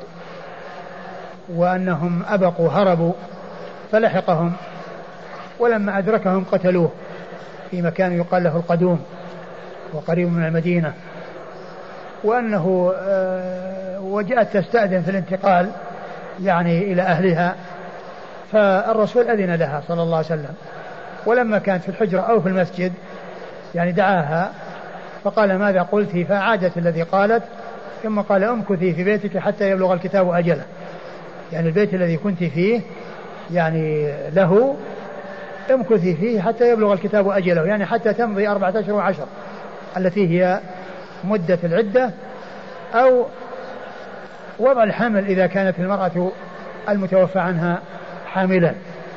A: وأنهم أبقوا هربوا فلحقهم ولما أدركهم قتلوه في مكان يقال له القدوم وقريب من المدينة، وأنه وجاءت تستأذن في الانتقال يعني إلى أهلها فالرسول أذن لها صلى الله عليه وسلم، ولما كانت في الحجرة أو في المسجد يعني دعاها فقال ماذا قلت؟ فعادت الذي قالت ثم قال امكثي في بيتك حتى يبلغ الكتاب أجله، يعني البيت الذي كنت فيه يعني له امكثي فيه حتى يبلغ الكتاب أجله، يعني حتى تمضي أربعة أشهر وعشر التي هي مدة العدة أو وضع الحمل إذا كانت المرأة المتوفى عنها حاملا.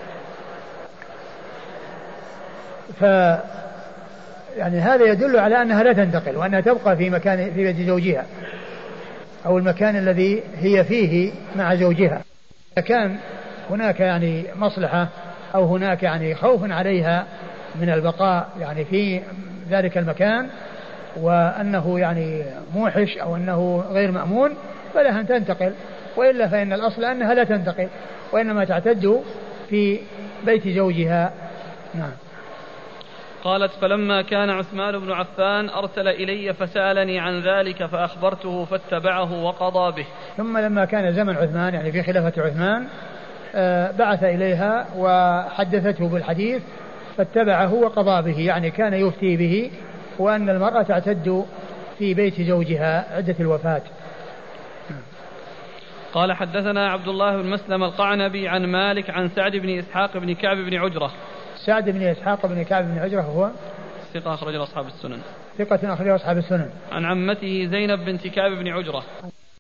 A: ف يعني هذا يدل على أنها لا تنتقل وأنها تبقى في مكان في بيت زوجها أو المكان الذي هي فيه مع زوجها. إذا كان هناك يعني مصلحة أو هناك يعني خوف عليها من البقاء يعني في ذلك المكان وأنه يعني موحش أو أنه غير مأمون فلها أن تنتقل، وإلا فإن الأصل أنها لا تنتقل وإنما تعتد في بيت زوجها. نعم.
B: قالت فلما كان عثمان بن عفان أرسل إلي فسألني عن ذلك فأخبرته فاتبعه وقضى به.
A: ثم لما كان زمن عثمان يعني في خلافة عثمان بعث إليها وحدثته بالحديث فاتبعه وقضى به، يعني كان يفتي به وأن المرأة تعتد في بيت زوجها عدة الوفاة.
B: قال حدثنا عبد الله بن مسلم القعنبي عن مالك عن سعد بن إسحاق بن كعب بن عجرة.
A: سعد بن إسحاق بن كعب بن عجرة هو
B: ثقة أخرجه أصحاب السنن.
A: ثقة أخرجه أصحاب السنن.
B: عن عمته زينب بنت كعب بن عجرة.